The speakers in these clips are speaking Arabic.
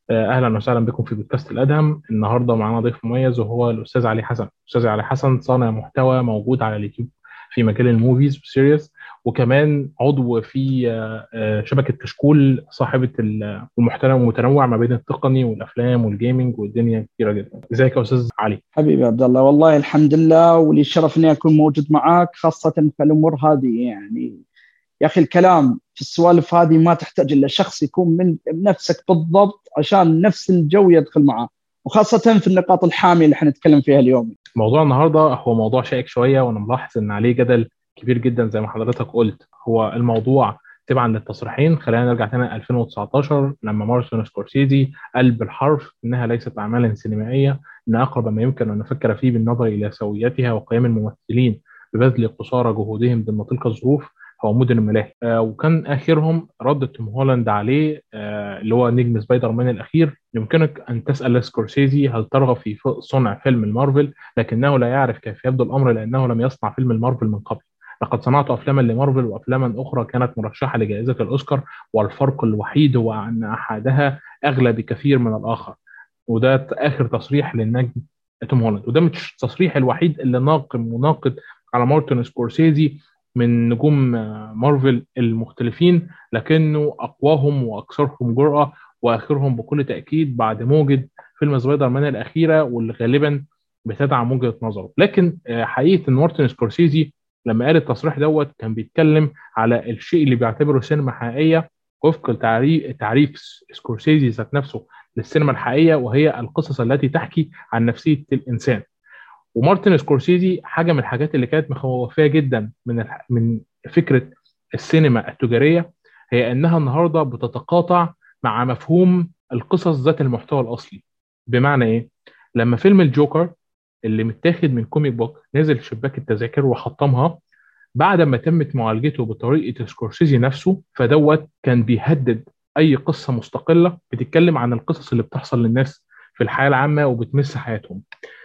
اهلا وسهلا بكم في بودكاست الادهم. النهارده معانا ضيف مميز وهو الاستاذ علي حسن. الاستاذ علي حسن صانع محتوى موجود على اليوتيوب في مجال الموفيز والسيريز، وكمان عضو في شبكه كشكول صاحبه المحتوى المتنوع ما بين التقني والافلام والجيمنج والدنيا كتيره جدا. ازيك يا استاذ علي؟ حبيبي عبد الله، والله الحمد لله، ولي الشرف اني اكون موجود معاك خاصة في الامور هذه. يعني يا اخي الكلام في السوالف هذه ما تحتاج الا شخص يكون من نفسك بالضبط عشان نفس الجو يدخل معاه، وخاصة في النقاط الحامية اللي حنتكلم فيها اليوم. موضوع النهارده هو موضوع شائك شويه، وانا ملاحظ ان عليه جدل كبير جدا زي ما حضرتك قلت. هو الموضوع تبعا للتصريحين. خلينا نرجع تاني ل 2019 لما مارتن سكورسيزي قال بالحرف انها ليست اعمالا سينمائيه، ان اقرب ما يمكن ان نفكر فيه بالنظر الى سويتها وقيام الممثلين ببذل قصارى جهودهم ضمن تلك الظروف هو مدن الملاهي. وكان اخرهم رد توم هولاند عليه، اللي هو نجم سبايدر مان الاخير: يمكنك ان تسال سكورسيزي هل ترغب في صنع فيلم المارفل، لكنه لا يعرف كيف يبدو الأمر لأنه لم يصنع فيلم المارفل من قبل. لقد صنعت أفلاما لمارفل وأفلاما أخرى كانت مرشحة لجائزة الأوسكار، والفرق الوحيد هو أن أحدها أغلى بكثير من الآخر. وده آخر تصريح للنجم توم هولاند، وده مش التصريح الوحيد اللي مناقض على مارتن سكورسيزي من نجوم مارفل المختلفين، لكنه أقواهم وأكثرهم جرأة وآخرهم بكل تأكيد بعد موجة فيلم سبايدر مان الأخيرة، واللي غالبا بتدعم وجهة نظره. لكن حقيقة ان مارتن سكورسيزي لما قال التصريح دوت كان بيتكلم على الشيء اللي بيعتبره سينما حقيقية وفق تعريف سكورسيزي ذات نفسه للسينما الحقيقية، وهي القصص التي تحكي عن نفسية الإنسان. ومارتن سكورسيزي حاجة من الحاجات اللي كانت مخوفاه جدا من فكرة السينما التجارية هي أنها النهاردة بتتقاطع مع مفهوم القصص ذات المحتوى الأصلي. بمعنى إيه؟ لما فيلم الجوكر اللي متاخد من كوميك بوك نزل شباك التذاكر وحطمها بعد ما تمت معالجته بطريقة سكورسيزي نفسه، فدوت كان بيهدد أي قصة مستقلة بتتكلم عن القصص اللي بتحصل للناس في الحياة العامة وبتمس حياتهم.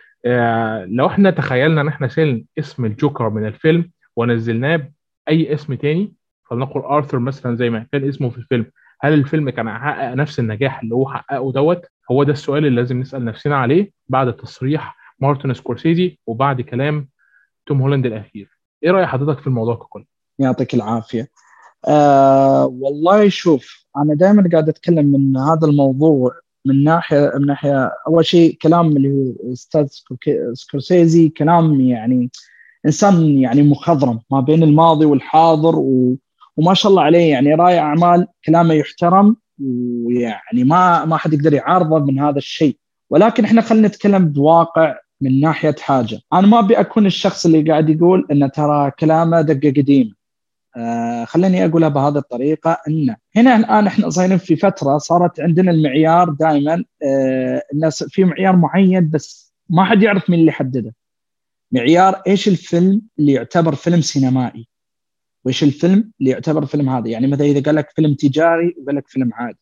لو احنا تخيلنا ان احنا شلنا اسم الجوكر من الفيلم ونزلناه بأي اسم تاني، فلنقل آرثر مثلا زي ما كان اسمه في الفيلم، هل الفيلم كان هيحقق نفس النجاح اللي هو حققه دوت؟ هو ده السؤال اللي لازم نسأل نفسنا عليه بعد تصريح مارتن سكورسيزي وبعد كلام توم هولاند الأخير. ايه رأي حضرتك في الموضوع ككل؟ يعطيك العافية. والله شوف، أنا دائما قاعد أتكلم من هذا الموضوع من ناحية أول شيء كلام اللي هو أستاذ سكورسيزي، كلام يعني إنسان يعني مخضرم ما بين الماضي والحاضر وما شاء الله عليه، يعني رائع أعمال، كلامه يحترم، ويعني ما حد يقدر يعارضه من هذا الشيء. ولكن إحنا خلينا نتكلم بواقع من ناحية حاجة. أنا ما أبي أكون الشخص اللي قاعد يقول إن ترى كلامه دقة قديمة. خليني أقولها بهذه الطريقة، إن هنا الآن إحنا صايرين في فترة صارت عندنا المعيار دائما، الناس في معيار معين بس ما حد يعرف مين اللي حدده. معيار إيش الفيلم اللي يعتبر فيلم سينمائي، وإيش الفيلم اللي يعتبر فيلم هذا. يعني مثلا إذا قال لك فيلم تجاري وقال لك فيلم عادي،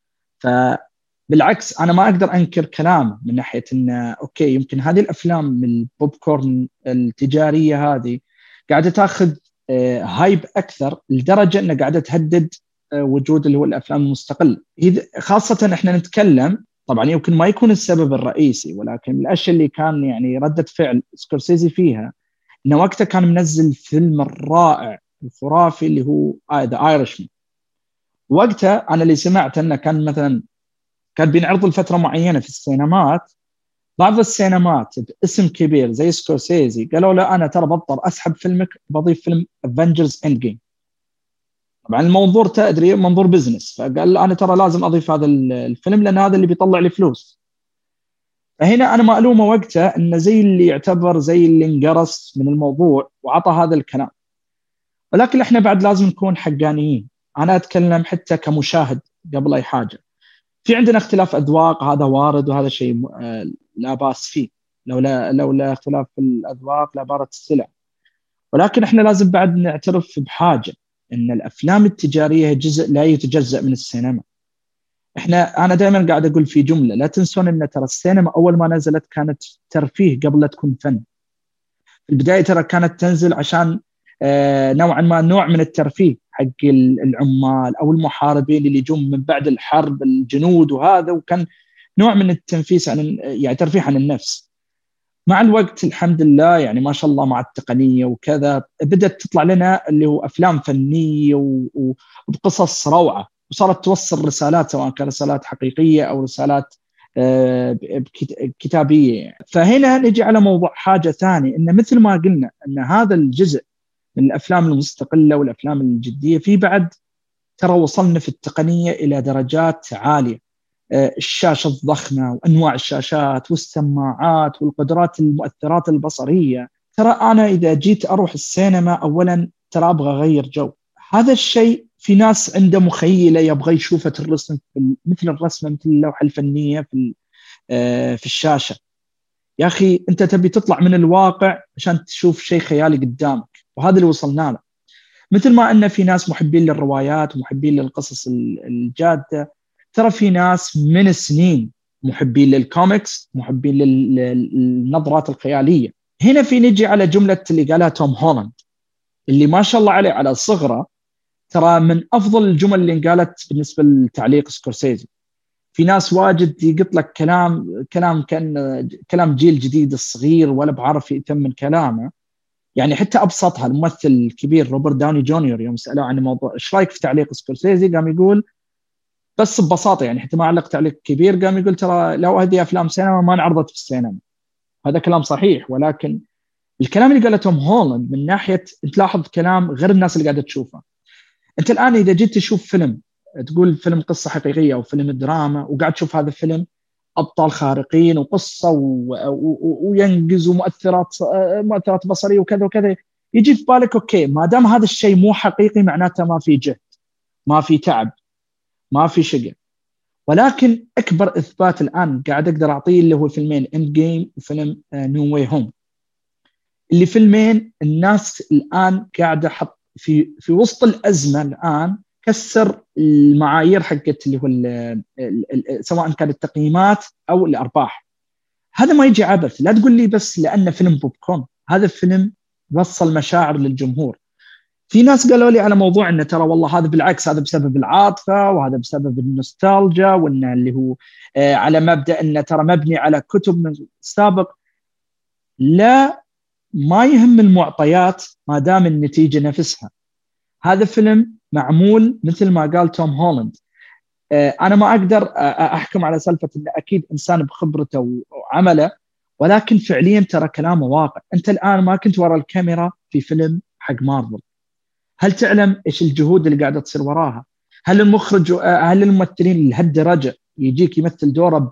فبالعكس أنا ما أقدر أنكر كلامه من ناحية إن أوكي يمكن هذه الأفلام من البوب كورن التجارية هذه قاعدة تاخذ هايب أكثر لدرجة أنها قاعدة تهدد وجود اللي هو الأفلام المستقلة. خاصة إحنا نتكلم طبعا يمكن ما يكون السبب الرئيسي، ولكن الأشياء اللي كان يعني ردة فعل سكورسيزي فيها إنه وقتها كان منزل فيلم الرائع الخرافي اللي هو ذا ايرشمان. وقتها أنا اللي سمعت أنه كان مثلا كان بينعرض لفترة معينة في السينمات. بعض السينمات باسم كبير زي سكورسيزي قالوا لا أنا ترى بضطر أسحب فيلمك، بضيف فيلم افنجرز اند جيم. طبعا المنظور تدري منظور بزنس، فقال أنا ترى لازم أضيف هذا الفيلم لأن هذا اللي بيطلع لي فلوس. فهنا أنا مألومة وقتها أنه زي اللي يعتبر زي اللي انقرص من الموضوع وعطى هذا الكلام. ولكن إحنا بعد لازم نكون حقانيين. أنا أتكلم حتى كمشاهد قبل أي حاجة. في عندنا اختلاف أذواق، هذا وارد وهذا شيء لا بأس فيه. لولا اختلاف الأذواق لبارت السلع. ولكن احنا لازم بعد نعترف بحاجة، ان الافلام التجارية جزء لا يتجزأ من السينما. انا دائما قاعد اقول في جملة: لا تنسون ان ترى السينما اول ما نزلت كانت ترفيه قبل لا تكون فن. في البداية ترى كانت تنزل عشان نوعا ما نوع من الترفيه حق العمال أو المحاربين اللي يجون من بعد الحرب، الجنود وهذا، وكان نوع من التنفيس عن يعني ترفيه عن النفس. مع الوقت الحمد لله يعني ما شاء الله مع التقنية وكذا بدأت تطلع لنا اللي هو أفلام فنية وبقصص روعة، وصارت توصل رسالات سواء كانت رسالات حقيقية أو رسالات كتابية. فهنا نجي على موضوع حاجة ثانية، إن مثل ما قلنا أن هذا الجزء من الأفلام المستقلة والأفلام الجدية في بعد ترى وصلنا في التقنية إلى درجات عالية، الشاشة الضخمة وأنواع الشاشات والسماعات والقدرات المؤثرات البصرية. ترى أنا إذا جيت أروح السينما أولا ترى أبغى أغير جو. هذا الشيء في ناس عنده مخيلة يبغى يشوفة الرسم مثل الرسمة مثل اللوحة الفنية في الشاشة. يا أخي أنت تبي تطلع من الواقع عشان تشوف شيء خيالي قدامك، وهذا اللي وصلنا له. مثل ما أن في ناس محبين للروايات ومحبين للقصص الجادة، ترى في ناس من سنين محبين للكوميكس، محبين للنظرات الخيالية. هنا في نجي على جملة اللي قالها توم هولاند اللي ما شاء الله عليه على صغره، ترى من أفضل الجمل اللي انقالت بالنسبة لتعليق سكورسيزي. في ناس واجد يقط لك كلام كان كلام جيل جديد الصغير ولا بعرف يتم كلامه. يعني حتى أبسطها الممثل الكبير روبرت داوني جونيور يوم سألوه عن الموضوع إيش رأيك في تعليق سكورسيزي، قام يقول بس ببساطة يعني حتى ما علق تعليق كبير، قام يقول ترى لو هذه أفلام سينما ما انعرضت في السينما. هذا كلام صحيح، ولكن الكلام اللي قاله توم هولاند من ناحية تلاحظ كلام غير الناس اللي قاعدة تشوفه. أنت الآن إذا جيت تشوف فيلم، تقول فيلم قصة حقيقية أو فيلم دراما، وقاعد تشوف هذا الفيلم أبطال خارقين وقصة وينقز ومؤثرات بصرية وكذا وكذا، يجي في بالك أوكي ما دام هذا الشيء مو حقيقي معناته ما في جهد، ما في تعب، ما في شقة. ولكن أكبر إثبات الآن قاعد أقدر أعطيه اللي هو فيلمين إند جيم وفيلم نو واي هوم، اللي فيلمين الناس الآن قاعدة حط في وسط الأزمة الآن كسر المعايير حقت اللي هو سواء كانت التقييمات أو الأرباح. هذا ما يجي عبث، لا تقول لي بس لأنه فيلم بوب كورن، هذا الفيلم وصل مشاعر للجمهور. في ناس قالوا لي على موضوع إنه ترى والله هذا بالعكس، هذا بسبب العاطفة وهذا بسبب النوستالجيا، وإنه اللي هو على مبدأ إنه ترى مبني على كتب من السابق. لا، ما يهم المعطيات ما دام النتيجة نفسها. هذا فيلم معمول مثل ما قال توم هولاند. أنا ما أقدر أحكم على سالفة إنه أكيد إنسان بخبرته وعمله، ولكن فعليا ترى كلامه واقع. أنت الآن ما كنت وراء الكاميرا في فيلم حق مارفل، هل تعلم إيش الجهود اللي قاعدة تصير وراها؟ هل المخرج هل الممثلين لهالدرجة يجيك يمثل دوره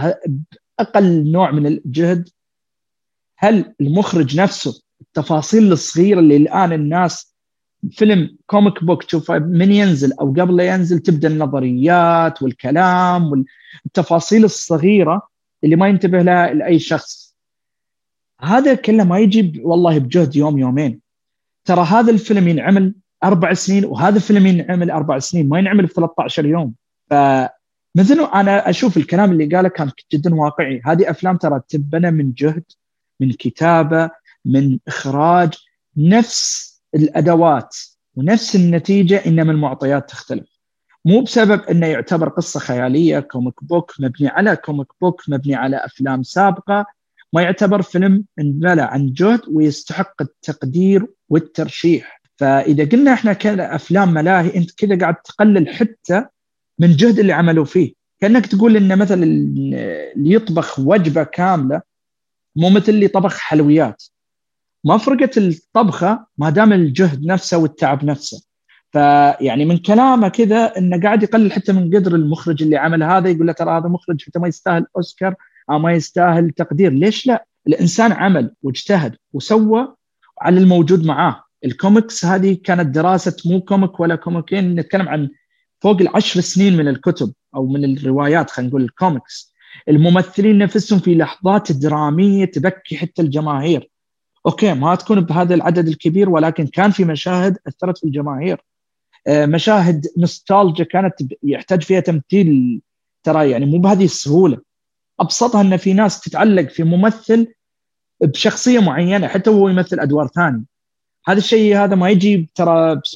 بأقل نوع من الجهد؟ هل المخرج نفسه التفاصيل الصغيرة اللي الآن الناس فيلم كوميك بوك تشوفه من ينزل أو قبل لا ينزل تبدأ النظريات والكلام والتفاصيل الصغيرة اللي ما ينتبه لها لأي شخص، هذا كله ما يجي والله بجهد يوم يومين. ترى هذا الفيلم ينعمل 4 سنين وهذا الفيلم ينعمل 4 سنين، ما ينعمل في 13 يوم. فمثل أنا أشوف الكلام اللي قاله كان جدا واقعي. هذه أفلام ترى تبنى من جهد، من كتابة، من إخراج، نفس الأدوات ونفس النتيجة، إنما المعطيات تختلف. مو بسبب أنه يعتبر قصة خيالية كوميك بوك مبني على كوميك بوك مبني على أفلام سابقة، ما يعتبر فيلم انبنى عن جهد ويستحق التقدير والترشيح. فإذا قلنا إحنا كذا أفلام ملاهي، أنت كذا قاعد تقلل حتى من جهد اللي عملوا فيه. كأنك تقول إن مثلا اللي يطبخ وجبة كاملة مو مثل اللي طبخ حلويات، ما فرقت الطبخة ما دام الجهد نفسه والتعب نفسه. فيعني من كلامه كذا إنه قاعد يقلل حتى من قدر المخرج اللي عمل هذا، يقول له ترى هذا مخرج حتى ما يستاهل أوسكار أو ما يستاهل تقدير. ليش لا؟ الإنسان عمل واجتهد وسوى على الموجود معاه. الكوميكس هذه كانت دراسة مو كوميك ولا كوميكين، نتكلم عن فوق 10 سنين من الكتب أو من الروايات، خلينا نقول الكوميكس. الممثلين نفسهم في لحظات درامية تبكي حتى الجماهير. أوكي ما تكون بهذا العدد الكبير، ولكن كان في مشاهد أثرت في الجماهير، مشاهد نوستالجيا كانت يحتاج فيها تمثيل. ترى يعني مو بهذه السهولة. أبسطها أن في ناس تتعلق في ممثل بشخصية معينة حتى هو يمثل أدوار ثانية. هذا الشيء هذا ما يجي ترى بسهولة.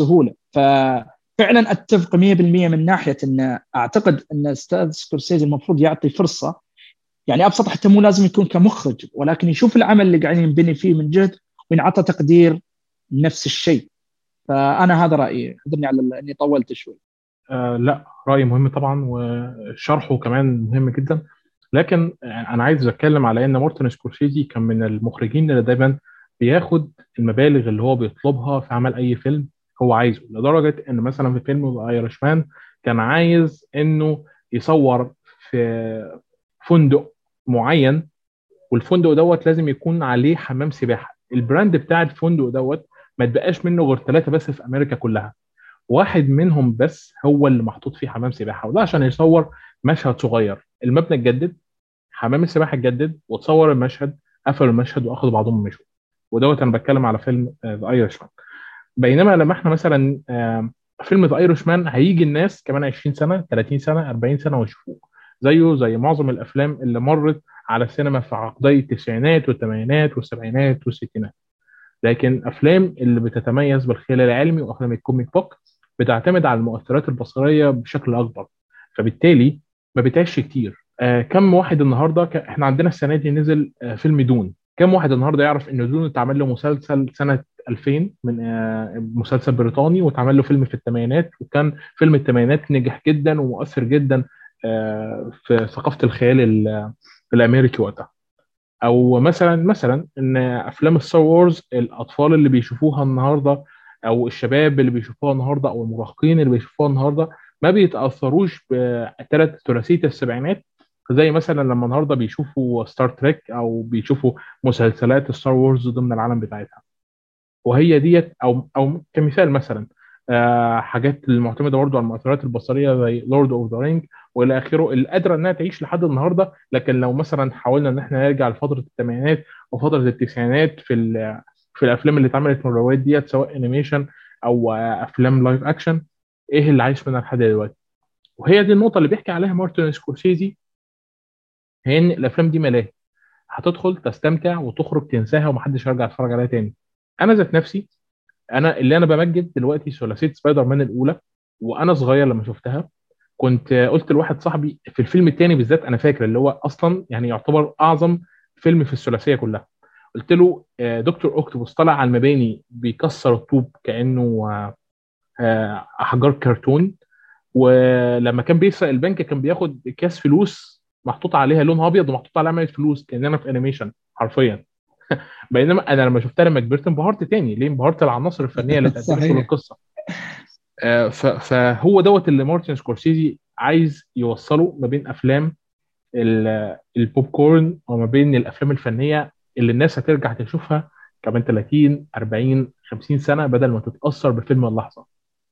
ففعلا اتفق 100% من ناحيه ان اعتقد ان استاذ سكورسيزي المفروض يعطي فرصه، يعني ابسط حتى مو لازم يكون كمخرج، ولكن يشوف العمل اللي قاعدين ينبني فيه من جهد وينعطى تقدير نفس الشيء. فانا هذا رايي، اعذرني على اني طولت شوي. لا، رأي مهم طبعا وشرحه كمان مهم جدا. لكن أنا عايز أتكلم على إن مارتن سكورسيزي كان من المخرجين اللي دايما بياخد المبالغ اللي هو بيطلبها في عمل أي فيلم هو عايزه، لدرجة إن مثلا في فيلم ايرشمان كان عايز إنه يصور في فندق معين، والفندق دوت لازم يكون عليه حمام سباحة. البراند بتاع الفندق دوت ما تبقاش منه غير 3 بس في أمريكا كلها، واحد منهم بس هو اللي محطوط فيه حمام سباحه، وده عشان يصور مشهد صغير. المبنى اتجدد، حمام السباحه اتجدد، وتصور المشهد، قفلوا المشهد واخدوا بعضهم ومشوا. ودوت انا بتكلم على فيلم ذا ايرشمان. بينما لما احنا مثلا فيلم ذا ايرشمان هيجي الناس كمان 20 سنه 30 سنه 40 سنه ويشوفوه زيه زي معظم الافلام اللي مرت على السينما في عقدي التسعينات والثمانينات والسبعينات والستينات. لكن افلام اللي بتتميز بالخيال العلمي وافلام الكوميك بوك بتعتمد على المؤثرات البصريه بشكل اكبر، فبالتالي ما بتعيش كتير. كم واحد النهارده احنا عندنا السنه دي نزل فيلم دون. كم واحد النهارده يعرف ان دون اتعمل له مسلسل سنه 2000 من مسلسل بريطاني، واتعمل له فيلم في الثمانينات، وكان فيلم الثمانينات نجح جدا ومؤثر جدا في ثقافه الخيال الامريكي وقتها. او مثلا ان افلام الستار وورز الاطفال اللي بيشوفوها النهارده، او الشباب اللي بيشوفوها النهارده، او المراهقين اللي بيشوفوها النهارده ما بيتاثروش ثلاثيه السبعينات زي مثلا لما النهارده بيشوفوا ستار تريك او بيشوفوا مسلسلات ستار وورز ضمن العالم بتاعتها. وهي ديت او كمثال مثلا حاجات المعتمده برضه على المؤثرات البصريه زي لورد اوف ذا رينج والى اخره، اللي قادره انها تعيش لحد النهارده. لكن لو مثلا حاولنا ان احنا نرجع لفتره الثمانينات وفتره التسعينات في الافلام اللي اتعملت من الروايات ديت، سواء انيميشن او افلام لايف اكشن، ايه اللي عايش منها لحد دلوقتي؟ وهي دي النقطه اللي بيحكي عليها مارتن سكورسيزي، هي ان الافلام دي ملاهي، هتدخل تستمتع وتخرج تنساها ومحدش هيرجع يتفرج عليها تاني. انا ذات نفسي، انا بمجد دلوقتي ثلاثيه سبايدر مان الاولى، وانا صغير لما شفتها كنت قلت لواحد صاحبي في الفيلم الثاني بالذات، انا فاكر اللي هو اصلا يعني يعتبر اعظم فيلم في الثلاثيه كلها، قلت له دكتور اوكتوبوس طلع على المباني بيكسر الطوب كانه احجار كرتون، ولما كان بيسرق البنك كان بياخد كاس فلوس محطوط عليها لونها ابيض ومحطوط عليها علامه فلوس كاننا في انيميشن حرفيا. بينما انا لما شفتها لما كبرت انبهرت تاني، ليه؟ انبهرت العناصر الفنيه اللي اتقدمت في القصه. فهو دوت اللي مارتن سكورسيزي عايز يوصله ما بين افلام البوب كورن وما بين الافلام الفنيه اللي الناس هترجع تشوفها كمان 30 40 50 سنه بدل ما تتاثر بفيلم اللحظه.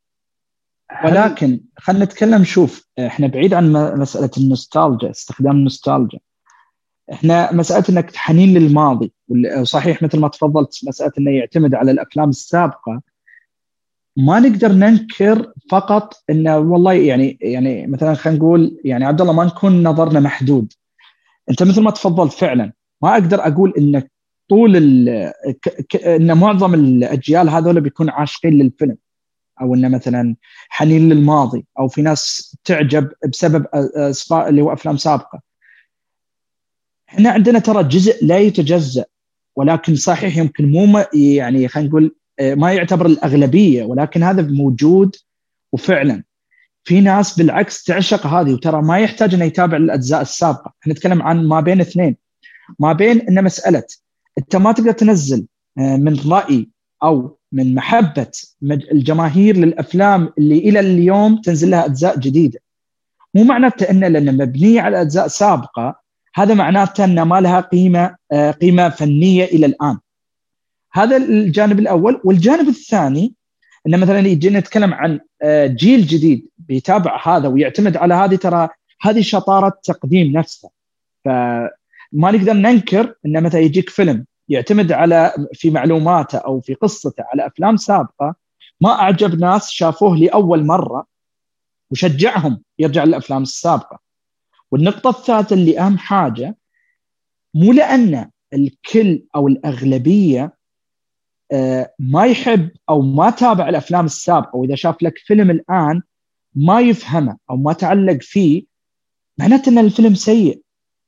ولكن خلينا نتكلم، شوف احنا بعيد عن مساله النوستالجيا، استخدام النوستالجيا. احنا مساله انك حنين للماضي، وصحيح مثل ما تفضلت مساله انه يعتمد على الافلام السابقه. ما نقدر ننكر فقط انه والله يعني مثلا خلينا نقول يعني عبد الله ما نكون نظرنا محدود. انت مثل ما تفضلت فعلا ما اقدر اقول انك طول ان معظم الاجيال هذول بيكون عاشقين للفيلم، او انه مثلا حنين للماضي، او في ناس تعجب بسبب اللي هو افلام سابقه. احنا عندنا ترى جزء لا يتجزأ، ولكن صحيح يمكن مو يعني خلينا نقول ما يعتبر الأغلبية، ولكن هذا موجود. وفعلا في ناس بالعكس تعشق هذه، وترى ما يحتاج انه يتابع الأجزاء السابقة. احنا نتكلم عن ما بين اثنين، ما بين ان مسألة انت ما تقدر تنزل من رأي او من محبة الجماهير للأفلام اللي إلى اليوم تنزل لها أجزاء جديدة. مو معناته ان لأن مبنية على أجزاء سابقة هذا معناته ان ما لها قيمة فنية إلى الآن. هذا الجانب الأول. والجانب الثاني أن مثلا يجينا نتكلم عن جيل جديد بيتابع هذا ويعتمد على هذه، ترى هذه شطارة تقديم نفسها. فما نقدر ننكر أن مثلا يجيك فيلم يعتمد على في معلوماته أو في قصته على أفلام سابقة، ما أعجب ناس شافوه لأول مرة وشجعهم يرجع للأفلام السابقة. والنقطة الثالثة اللي أهم حاجة، مو لأن الكل أو الأغلبية ما يحب أو ما تابع الأفلام السابقة، وإذا شاف لك فيلم الآن ما يفهمه أو ما تعلق فيه، معناته أن الفيلم سيء.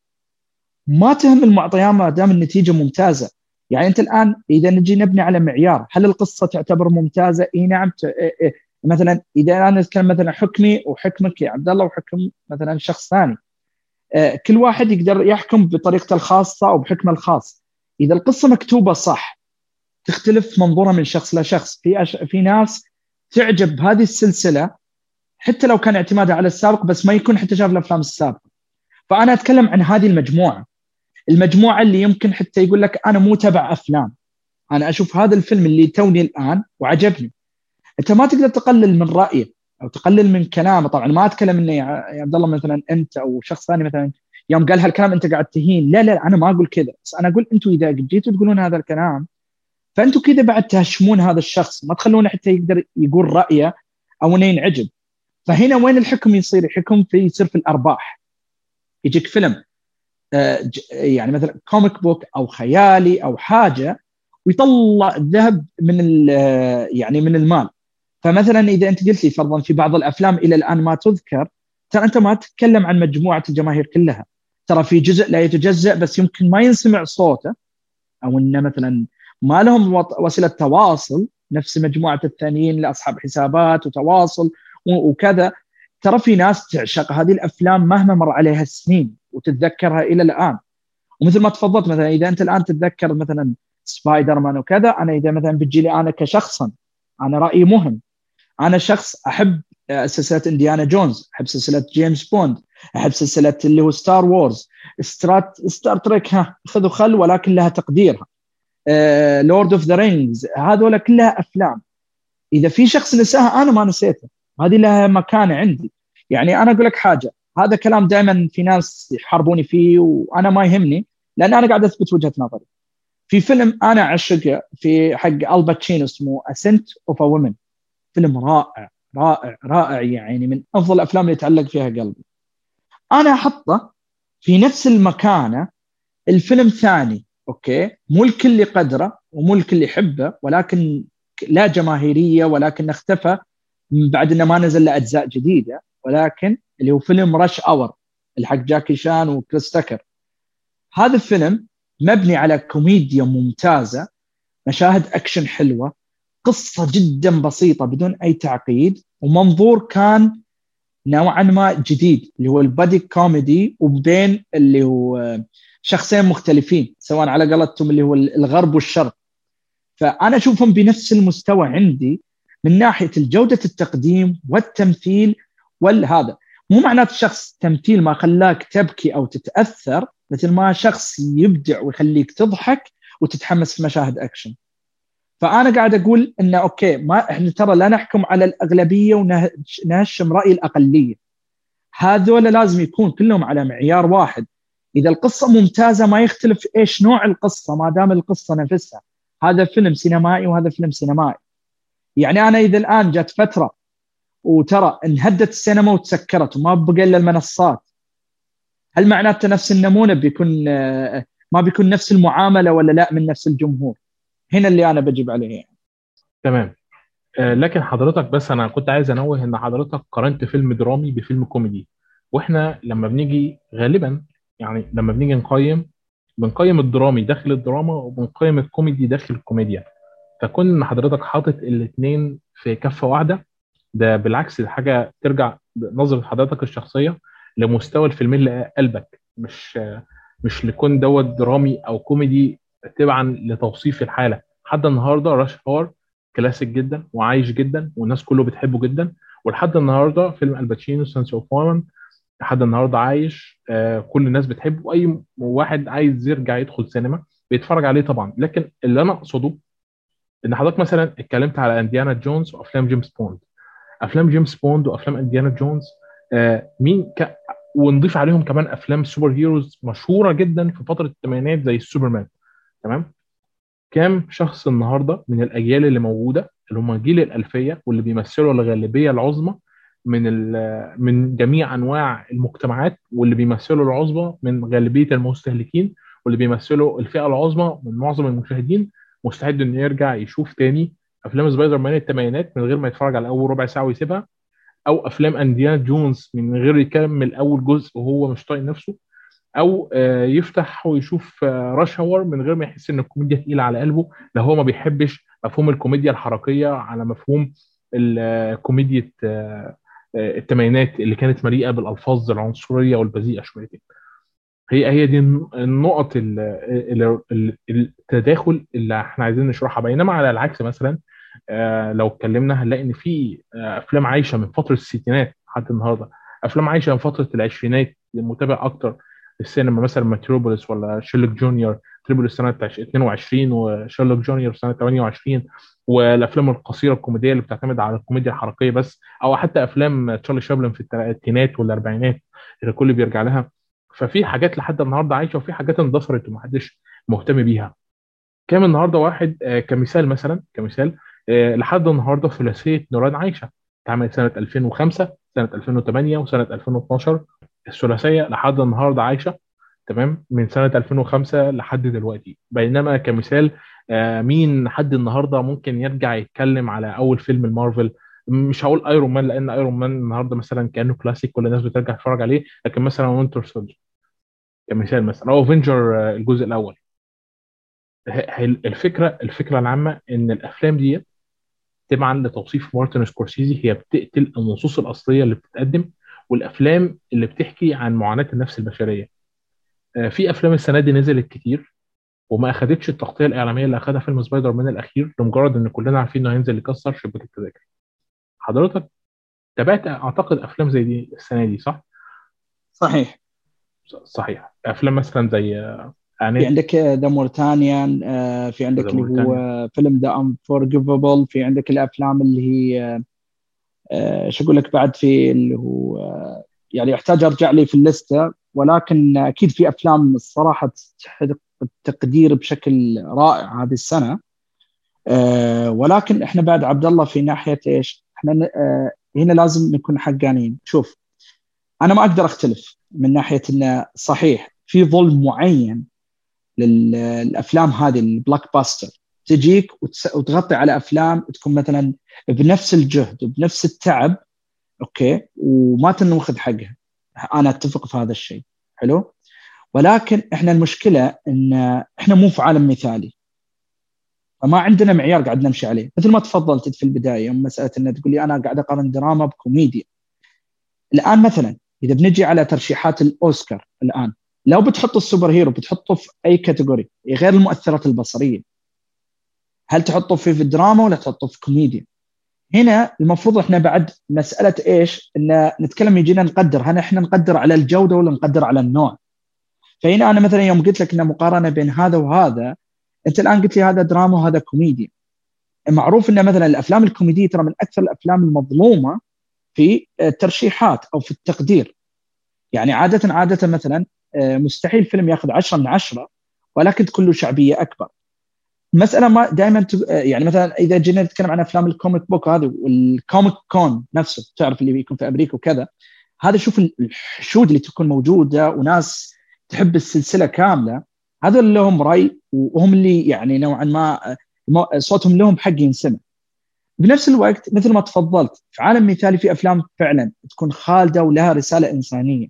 ما تهم المعطيات ما دام النتيجة ممتازة. يعني أنت الآن إذا نجي نبني على معيار، هل القصة تعتبر ممتازة؟ إيه نعم. مثلا إذا أنا نتكلم مثلا حكمي وحكمك يا عبد الله وحكم مثلا شخص ثاني، كل واحد يقدر يحكم بطريقته الخاصة أو بحكمه الخاص. إذا القصة مكتوبة صح تختلف منظورها من شخص لشخص. في ناس تعجب هذه السلسلة حتى لو كان اعتمادها على السابق، بس ما يكون حتى شاف الأفلام السابقة. فأنا أتكلم عن هذه المجموعة اللي يمكن حتى يقول لك أنا مو تبع أفلام، أنا أشوف هذا الفيلم اللي توني الآن وعجبني. أنت ما تقدر تقلل من رأيه أو تقلل من كلامه. طبعا ما أتكلم إني يا عبد الله مثلا أنت أو شخص ثاني مثلا يوم قال هالكلام أنت قاعد تهين. لا لا، أنا ما أقول كذا، بس أنا أقول أنتوا إذا جيتوا تقولون هذا الكلام فأنتوا كذا بعد تهشمون هذا الشخص، ما تخلونه حتى يقدر يقول رأيه أو إنه ينعجب. فهنا وين الحكم يصير؟ الحكم يصير في الأرباح. يجيك فيلم يعني مثلا كوميك بوك أو خيالي أو حاجة ويطلع ذهب يعني من المال. فمثلا إذا أنت قلت لي فرضا في بعض الأفلام إلى الآن ما تذكر، ترى أنت ما تتكلم عن مجموعة الجماهير كلها، ترى في جزء لا يتجزأ بس يمكن ما ينسمع صوته، أو إنه مثلا ما لهم وسيلة تواصل نفس مجموعة الثانيين لأصحاب حسابات وتواصل وكذا. ترى في ناس تعشق هذه الأفلام مهما مر عليها السنين وتتذكرها إلى الآن. ومثل ما تفضلت مثلا إذا أنت الآن تتذكر مثلا سبايدر مان وكذا، أنا إذا مثلا بتجي لي أنا كشخصا، أنا رأيي مهم، أنا شخص أحب سلسلة إنديانا جونز، أحب سلسلة جيمس بوند، أحب سلسلة اللي هو ستار وورز، ستار تريك خذوا خل ولكن لها تقديرها، لورد اوف ذا رينجز، هذول كلها أفلام. إذا في شخص نساها أنا ما نسيتها، هذه لها مكانة عندي. يعني أنا أقول لك حاجة، هذا كلام دائما في ناس يحاربوني فيه وأنا ما يهمني، لأن أنا قاعد أثبت وجهة نظري. في فيلم أنا أعشقه في حق الباتشينو اسمه أسنت أوف وومن، فيلم رائع رائع رائع، يعني من أفضل الأفلام اللي تعلق فيها قلبي. أنا أحطه في نفس المكانة الفيلم ثاني، أوكي، مو الكل قدره ومو الكل يحبه، ولكن لا جماهيرية، ولكن اختفى بعد إنه ما نزل له أجزاء جديدة، ولكن اللي هو فيلم رش أور الحق جاكي شان وكريس تاكر. هذا الفيلم مبني على كوميديا ممتازة، مشاهد أكشن حلوة، قصة جدا بسيطة بدون أي تعقيد، ومنظور كان نوعا ما جديد اللي هو البادي كوميدي، وبين اللي هو شخصين مختلفين سواء على قولتهم اللي هو الغرب والشرق. فأنا أشوفهم بنفس المستوى عندي من ناحية الجودة التقديم والتمثيل والهذا. مو معناته شخص تمثيل ما خلاك تبكي أو تتأثر، مثل ما شخص يبدع ويخليك تضحك وتتحمس في مشاهد أكشن. فأنا قاعد أقول إنه أوكي، ما إحنا ترى لا نحكم على الأغلبية ونهشم رأي الأقلية، هذول لازم يكون كلهم على معيار واحد. إذا القصة ممتازة ما يختلف إيش نوع القصة ما دام القصة نفسها. هذا فيلم سينمائي وهذا فيلم سينمائي. يعني أنا إذا الآن جات فترة وترى انهدت السينما وتسكرت وما بقى إلا المنصات، هل معناته نفس النمونة بيكون ما بيكون نفس المعاملة ولا لا من نفس الجمهور؟ هنا اللي أنا بجيب عليه يعني. تمام. لكن حضرتك، بس انا كنت عايز انوه ان حضرتك قارنت فيلم درامي بفيلم كوميدي، واحنا لما بنيجي غالبا، يعني لما بنيجي بنقيم الدرامي داخل الدراما وبنقيم الكوميدي داخل الكوميديا. فكون ان حضرتك حاطط الاثنين في كفة واحدة، ده بالعكس، ده حاجة ترجع نظرة حضرتك الشخصية لمستوى الفيلمين اللي قلبك، مش لكون دوت درامي او كوميدي تبعا لتوصيف الحالة. حتى النهارده راش اور كلاسيك جدا وعايش جدا والناس كله بتحبه جدا، ولحد النهارده فيلم الباتشينو سانس اوف وومن لحد النهارده عايش، كل الناس بتحبه، واي واحد عايز يرجع يدخل سينما بيتفرج عليه طبعا. لكن اللي انا اقصده ان حضرتك مثلا اتكلمت على انديانا جونز وافلام جيمس بوند. افلام جيمس بوند وافلام انديانا جونز، ونضيف عليهم كمان افلام سوبر هيروز مشهوره جدا في فتره الثمانينات زي السوبرمان. تمام. كام شخص النهارده من الاجيال اللي موجوده اللي هم جيل الالفيه واللي بيمثلوا الغالبيه العظمى من جميع انواع المجتمعات، واللي بيمثلوا العظمى من غالبيه المستهلكين، واللي بيمثلوا الفئه العظمى من معظم المشاهدين، مستعد انه يرجع يشوف تاني افلام سبايدر مان الثمانينات من غير ما يتفرج على اول ربع ساعه ويسيبها، او افلام انديانا جونز من غير يكمل اول جزء وهو مش طايق نفسه، او يفتح ويشوف راش اور من غير ما يحس ان الكوميديا تقيله على قلبه، لو هو ما بيحبش مفهوم الكوميديا الحركيه على مفهوم كوميديا الثمانينات اللي كانت مليئه بالالفاظ العنصريه والبذيئه شويتين. هي دي النقط التداخل اللي احنا عايزين نشرحها. بينما على العكس مثلا لو اتكلمنا هنلاقي ان في افلام عايشه من فتره الستينات لحد النهارده، افلام عايشه من فتره العشرينات للمتابع اكتر السينما، مثلا متروبوليس ولا شيرلوك جونيور. متروبوليس سنه 22 وشيرلوك جونيور سنه 28، والافلام القصيره الكوميديه اللي بتعتمد على الكوميديا الحركيه بس، او حتى افلام تشارلي شابلن في الثلاثينات والاربعينات اللي الكل بيرجع لها. ففي حاجات لحد النهارده عايشه، وفي حاجات اندثرت ومحدش مهتم بيها. كام النهارده واحد كمثال مثلا، كمثال لحد النهارده ثلاثيه نوران عايشه، اتعملت سنه 2005 سنه 2008 وسنه 2012. الثلاثيه لحد النهارده عايشه، تمام، من سنه 2005 لحد دلوقتي. بينما كمثال مين لحد النهارده ممكن يرجع يتكلم على اول فيلم المارفل؟ مش هقول ايرون مان لان ايرون مان النهارده مثلا كانه كلاسيك كل الناس بترجع تتفرج عليه، لكن مثلا وينتر سولجر كمثال مثلا، او افنجر الجزء الاول. الفكره العامه ان الافلام دي تبعا لتوصيف مارتن سكورسيزي هي بتقتل النصوص الاصليه اللي بتتقدم، والافلام اللي بتحكي عن معاناه النفس البشريه. في افلام السنه دي نزلت كتير وما اخدتش التغطيه الاعلاميه اللي اخدها فيلم سبايدر مان الاخير، لمجرد ان كلنا عارفين انه هينزل يكسر شباك التذاكر. حضرتك تابعت اعتقد افلام زي دي السنه دي، صح؟ صحيح. صحيح. افلام مثلا زي في انيت، عندك ذا مورتانيان، في عندك ذا اللي هو موريتانيا. فيلم ذا انفورجيفبل، في عندك الافلام اللي هي شو اقول لك بعد، في اللي هو يعني يحتاج ارجع لي في الليسته، ولكن اكيد في افلام الصراحه تستحق التقدير بشكل رائع هذه السنه. ولكن احنا بعد عبد الله في ناحيه ايش؟ احنا هنا لازم نكون حقانيين. شوف، انا ما اقدر اختلف من ناحيه انه صحيح في ظلم معين للافلام هذه البلاك باستر، تجيك وتغطي على افلام تكون مثلا بنفس الجهد وبنفس التعب، اوكي، وما تنوخذ حقها. انا اتفق في هذا الشيء، حلو. ولكن احنا المشكله ان احنا مو في عالم مثالي، فما عندنا معيار قاعد نمشي عليه. مثل ما تفضلت في البدايه يوم مساله ان تقول لي انا قاعد اقارن دراما بكوميديا. الان مثلا اذا بنجي على ترشيحات الاوسكار الان، لو بتحط السوبر هيرو بتحطه في اي كاتيجوري غير المؤثرات البصريه؟ هل تحطه في الدراما ولا تحطه في كوميديا؟ هنا المفروض احنا بعد مساله ايش، ان نتكلم يجينا نقدر، هل احنا نقدر على الجوده ولا نقدر على النوع؟ فهنا انا مثلا يوم قلت لك ان مقارنه بين هذا وهذا، انت الان قلت لي هذا دراما وهذا كوميديا. معروف ان مثلا الافلام الكوميديه ترى من اكثر الافلام المظلومه في الترشيحات او في التقدير. يعني عاده مثلا مستحيل فيلم ياخذ 10 من 10 ولكن تكون له شعبيه اكبر. المساله ما دائما يعني مثلا اذا جينا نتكلم عن افلام الكوميك بوك هذه والكوميك كون نفسه، تعرف اللي بيكون في امريكا وكذا، هذا شوف الحشود اللي تكون موجوده وناس تحب السلسله كامله، هذول لهم راي وهم اللي يعني نوعا ما صوتهم لهم حق ينسمع. بنفس الوقت مثل ما تفضلت في عالم مثالي في افلام فعلا تكون خالده ولها رساله انسانيه،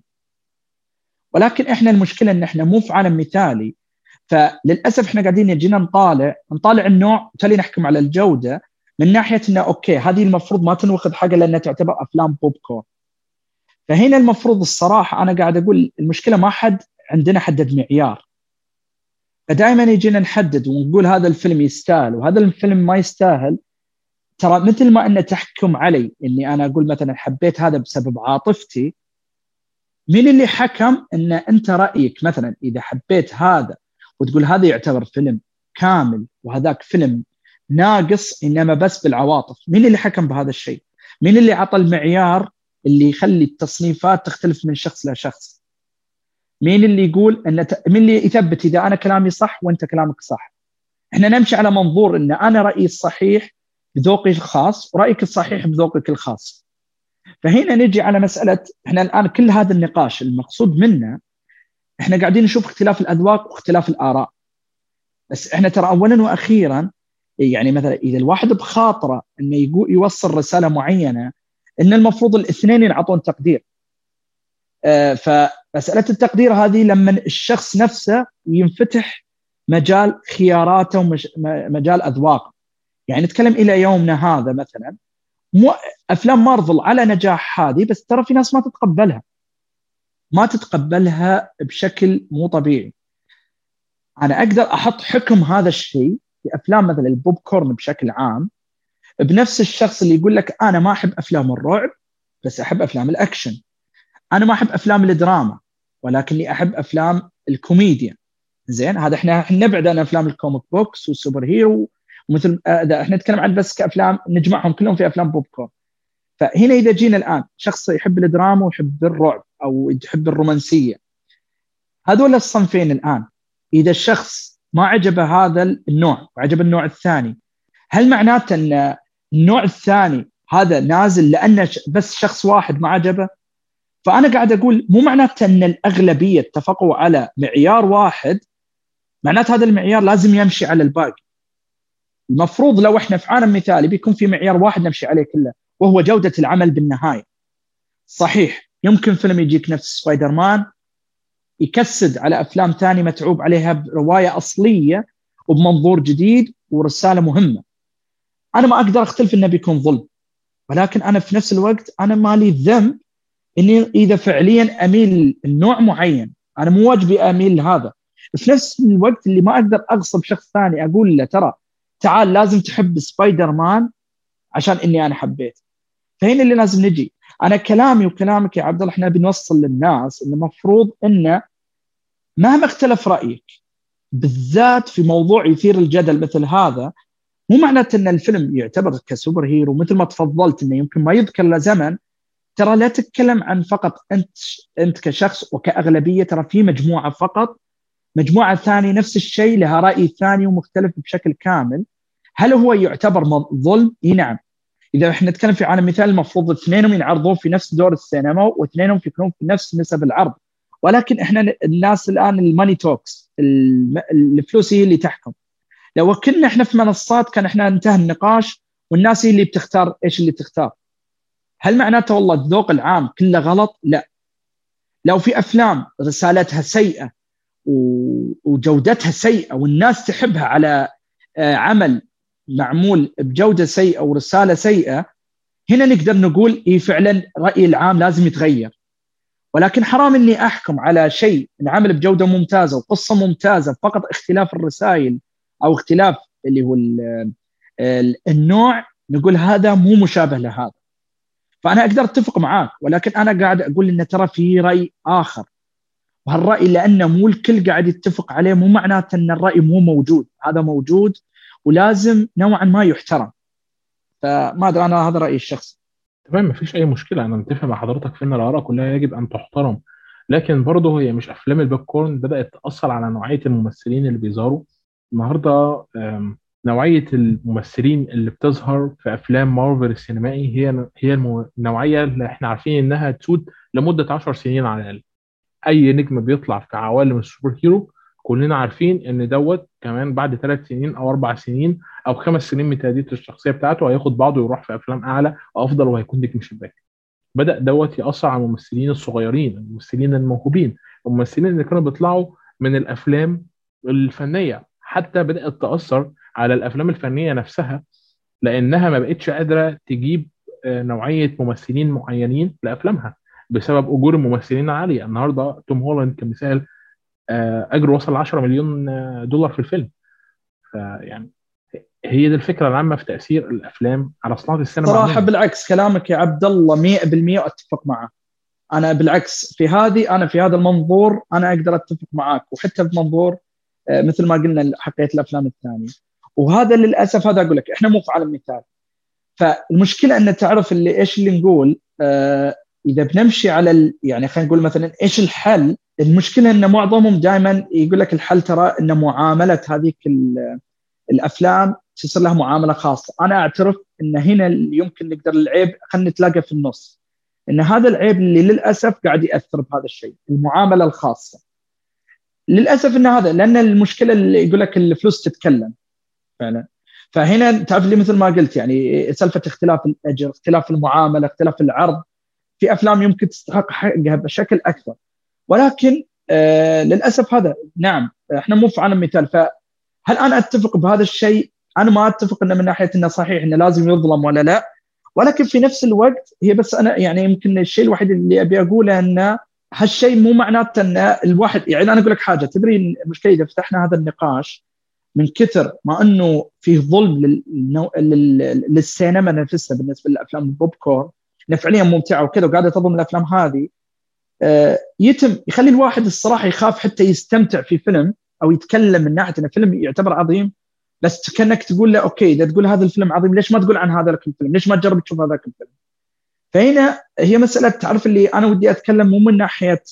ولكن احنا المشكله ان احنا مو في عالم مثالي. فللاسف احنا قاعدين يجينا نطالع النوع وتالي نحكم على الجوده من ناحيه انه اوكي هذه المفروض ما تنوخذ حاجه لانها تعتبر افلام بوب كورن. فهنا المفروض الصراحه انا قاعد اقول المشكله ما حد عندنا حدد معيار، فدائما يجينا نحدد ونقول هذا الفيلم يستاهل وهذا الفيلم ما يستاهل. ترى مثل ما أن تحكم علي اني انا اقول مثلا حبيت هذا بسبب عاطفتي، مين اللي حكم ان انت رايك مثلا اذا حبيت هذا وتقول هذا يعتبر فيلم كامل وهذاك فيلم ناقص انما بس بالعواطف؟ مين اللي حكم بهذا الشيء؟ مين اللي عطى المعيار اللي يخلي التصنيفات تختلف من شخص لشخص؟ مين اللي يقول مين اللي يثبت اذا انا كلامي صح وانت كلامك صح؟ احنا نمشي على منظور ان انا رايي الصحيح بذوقي الخاص ورايك الصحيح بذوقك الخاص. فهنا نجي على مساله، احنا الان كل هذا النقاش المقصود منه احنا قاعدين نشوف اختلاف الاذواق واختلاف الاراء. بس احنا ترى اولا واخيرا يعني مثلا اذا الواحد بخاطره انه يوصل رساله معينه، ان المفروض الاثنين ينعطون تقدير. فمساله التقدير هذه لما الشخص نفسه ينفتح مجال خياراته ومجال اذواقه. يعني نتكلم الى يومنا هذا مثلا افلام مارفل على نجاح هذه، بس ترى في ناس ما تتقبلها بشكل مو طبيعي. انا اقدر احط حكم هذا الشيء في افلام مثل البوب كورن بشكل عام بنفس الشخص اللي يقول لك انا ما احب افلام الرعب بس احب افلام الاكشن، انا ما احب افلام الدراما ولكني احب افلام الكوميديا. زين، هذا احنا نبعد عن افلام الكوميك بوكس والسوبر هيرو، ومثل احنا نتكلم عن بس كافلام نجمعهم كلهم في افلام بوب كورن. فهنا اذا جينا الان شخص يحب الدراما ويحب الرعب او يحب الرومانسيه، هذول الصنفين الان اذا الشخص ما عجبه هذا النوع وعجب النوع الثاني، هل معناته ان النوع الثاني هذا نازل لان بس شخص واحد ما عجبه؟ فانا قاعد اقول مو معناته ان الاغلبيه اتفقوا على معيار واحد معناته هذا المعيار لازم يمشي على الباقي. المفروض لو احنا في عالم مثالي بيكون في معيار واحد نمشي عليه كله، وهو جوده العمل بالنهايه. صحيح يمكن فيلم يجيك نفس سبايدر مان يكسد على افلام ثانيه متعوب عليها بروايه اصليه وبمنظور جديد ورساله مهمه، انا ما اقدر اختلف انه بيكون ظلم، ولكن انا في نفس الوقت انا مالي ذنب اني اذا فعليا اميل النوع معين، انا مو واجبي اميل لهذا. في نفس الوقت اللي ما اقدر اغصب شخص ثاني اقول له ترى تعال لازم تحب سبايدر مان عشان اني انا حبيت. فهنا اللي لازم نجي، انا كلامي وكلامك يا عبد الله احنا بنوصل للناس ان المفروض انه مهما اختلف رايك بالذات في موضوع يثير الجدل مثل هذا، مو معناته ان الفيلم يعتبر كسوبر هيرو مثل ما تفضلت انه يمكن ما يذكر له زمن. ترى لا تتكلم عن فقط انت كشخص وكاغلبيه، ترى في مجموعه فقط، مجموعه ثانيه نفس الشيء لها راي ثاني ومختلف بشكل كامل. هل هو يعتبر ظلم؟ اي نعم. اذا احنا نتكلم في عالم مثال المفروض اثنينهم ينعرضون في نفس دور السينما واثنينهم يكونون في نفس نسب العرض، ولكن احنا الناس الان الماني توكس، الفلوس هي اللي تحكم. لو كنا احنا في منصات كان احنا انتهى النقاش والناس هي اللي بتختار ايش اللي تختار. هل معناته والله الذوق العام كله غلط؟ لا. لو في افلام رسالتها سيئه وجودتها سيئه والناس تحبها على عمل معمول بجوده سيئه ورساله سيئه، هنا نقدر نقول إيه فعلا راي العام لازم يتغير. ولكن حرام اني احكم على شيء انعمل بجوده ممتازه وقصه ممتازه فقط اختلاف الرسائل او اختلاف اللي هو النوع، نقول هذا مو مشابه لهذا. فانا اقدر اتفق معاك، ولكن انا قاعد اقول ان ترى في راي اخر، وهالراي لانه مو الكل قاعد يتفق عليه مو معناته ان الراي مو موجود، هذا موجود ولازم نوعا ما يحترم. فما ادري، انا هذا رايي الشخصي. تمام، مفيش اي مشكله، انا متفق مع حضرتك في ان الاراء كلها يجب ان تحترم. لكن برضه هي مش افلام البوب كورن بدات تاثر على نوعيه الممثلين اللي بيظهروا النهارده. نوعيه الممثلين اللي بتظهر في افلام مارفل السينمائي هي النوعيه اللي احنا عارفين انها تسود لمده 10 سنين على الاقل. اي نجم بيطلع في عوالم السوبر هيرو كلنا عارفين ان دوت كمان بعد 3 سنين او 4 سنين او 5 سنين من تأدية الشخصيه بتاعته هياخد بعضه ويروح في افلام اعلى وافضل وهيكون نجم شباك. بدأ دوت يأثر على الممثلين الصغيرين، الممثلين الموهوبين، الممثلين اللي كانوا بيطلعوا من الافلام الفنيه، حتى بدأت تأثر على الافلام الفنيه نفسها لانها ما بقتش قادره تجيب نوعيه ممثلين معينين لافلامها بسبب اجور الممثلين العاليه. النهارده توم هولاند كمثال اجره وصل 10 مليون دولار في الفيلم. فيعني هي دي الفكره العامه في تاثير الافلام على صناعه السينما صراحه عموما. بالعكس كلامك يا عبد الله 100% اتفق معه. انا بالعكس في هذه، انا في هذا المنظور انا اقدر اتفق معاك، وحتى في منظور مثل ما قلنا حقيقه الافلام الثانيه. وهذا للاسف هذا اقول لك احنا مو في عالم مثال. فالمشكله ان تعرف اللي ايش اللي نقول اذا بنمشي على يعني خلينا نقول مثلا ايش الحل. المشكله ان معظمهم دائما يقول لك الحل ترى ان معامله هذيك الافلام تصير لها معامله خاصه. انا اعترف ان هنا يمكن نقدر العيب خلينا نتلاقى في النص، ان هذا العيب اللي للاسف قاعد ياثر بهذا الشيء، المعامله الخاصه. للاسف ان هذا، لان المشكله اللي يقول لك الفلوس تتكلم فعلا. فهنا تعرف لي مثل ما قلت يعني سالفه اختلاف الاجر، اختلاف المعامله، اختلاف العرض، في افلام يمكن تستحق حقها بشكل اكثر، ولكن للاسف هذا نعم احنا مو في عالم مثال. فهل انا اتفق بهذا الشيء؟ انا ما اتفق انه من ناحيه انه صحيح انه لازم يظلم ولا لا، ولكن في نفس الوقت هي بس انا يعني يمكن الشيء الوحيد اللي ابي اقوله انه هالشيء مو معناته ان الواحد، يعني انا اقول لك حاجه، تدري المشكله اذا فتحنا هذا النقاش من كثر ما انه فيه ظلم للسينما نفسها بالنسبه للافلام البوب كورن، انها فعليا ممتعه وكذا وقاعده تظلم الافلام هذه، يتم يخلي الواحد الصراحه يخاف حتى يستمتع في فيلم او يتكلم من ناحيه انه فيلم يعتبر عظيم، بس كانك تقول له اوكي اذا تقول هذا الفيلم عظيم ليش ما تقول عن هذا الفيلم؟ ليش ما تجرب تشوف هذاك الفيلم؟ فهنا هي مساله، تعرف اللي انا ودي اتكلم مو من ناحيه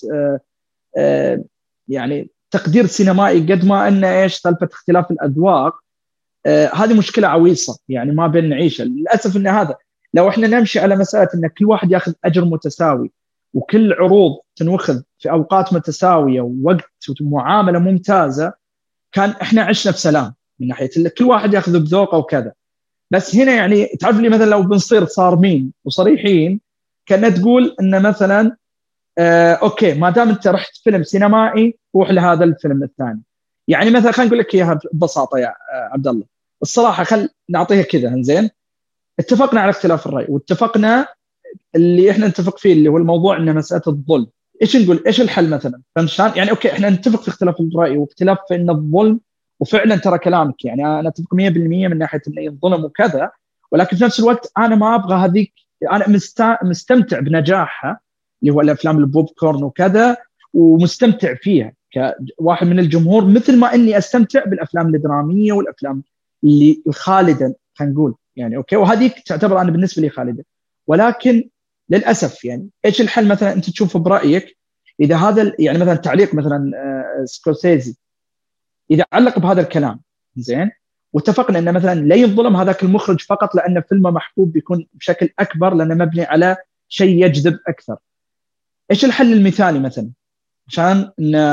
يعني تقدير سينمائي قد ما انه ايش سالفه اختلاف الاذواق. هذه مشكله عويصه يعني ما بين نعيشها للاسف. ان هذا لو احنا نمشي على مساله ان كل واحد ياخذ اجر متساوي وكل عروض تنوخذ في اوقات متساويه ووقت ومعامله ممتازه، كان احنا عشنا بسلام من ناحيه كل واحد ياخذ بذوقه وكذا. بس هنا يعني تعرف لي مثلا لو بنصير صارمين وصريحين، كان تقول ان مثلا اوكي ما دام انت رحت فيلم سينمائي روح لهذا الفيلم الثاني. يعني مثلا خلينا نقول لك اياها ببساطه يا عبد الله الصراحه، خل نعطيها كذا زين. اتفقنا على اختلاف الراي واتفقنا اللي احنا نتفق فيه اللي هو الموضوع انه مساله الظلم. ايش نقول؟ ايش الحل مثلا؟ فهمت يعني اوكي احنا نتفق في اختلاف الراي واختلاف في ان الظلم، وفعلا ترى كلامك يعني انا اتفق 100% من ناحيه انه ينظلم وكذا، ولكن في نفس الوقت انا ما ابغى هذيك. انا مستمتع بنجاحها اللي هو الافلام البوب كورن وكذا، ومستمتع فيها كواحد من الجمهور، مثل ما اني استمتع بالافلام الدراميه والافلام اللي الخالده خلينا نقول يعني اوكي، وهذيك تعتبر انا بالنسبه لي خالده. ولكن للاسف يعني ايش الحل مثلا انت تشوفه برايك؟ اذا هذا يعني مثلا تعليق مثلا سكورسيزي اذا علق بهذا الكلام زين، واتفقنا ان مثلا لا يظلم هذاك المخرج فقط لان فيلمه محبوب بيكون بشكل اكبر لانه مبني على شيء يجذب اكثر، ايش الحل المثالي مثلا عشان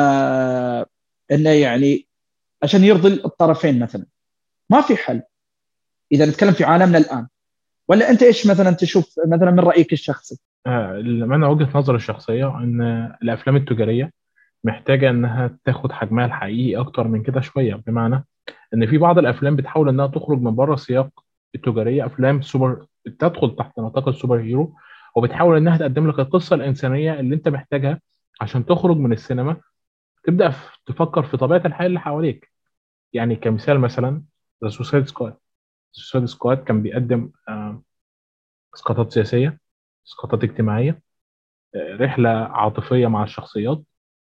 انه يعني عشان يرضي الطرفين؟ مثلا ما في حل اذا نتكلم في عالمنا الان. ولا انت ايش مثلا تشوف مثلا من رايك الشخصي؟ انا وجهة نظري الشخصية ان الافلام التجارية محتاجة انها تاخد حجمها الحقيقي اكتر من كده شوية، بمعنى ان في بعض الافلام بتحاول انها تخرج من بره سياق التجارية، افلام سوبر تدخل تحت نطاق السوبر هيرو، وبتحاول انها تقدم لك القصة الانسانية اللي انت محتاجها عشان تخرج من السينما تبدأ تفكر في طبيعة الحياة اللي حواليك. يعني كمثال مثلا ذا سوسايد سكواد. سوسايد سكواد كان بيقدم اسقاطات سياسية، اسقاطات اجتماعية، رحلة عاطفية مع الشخصيات،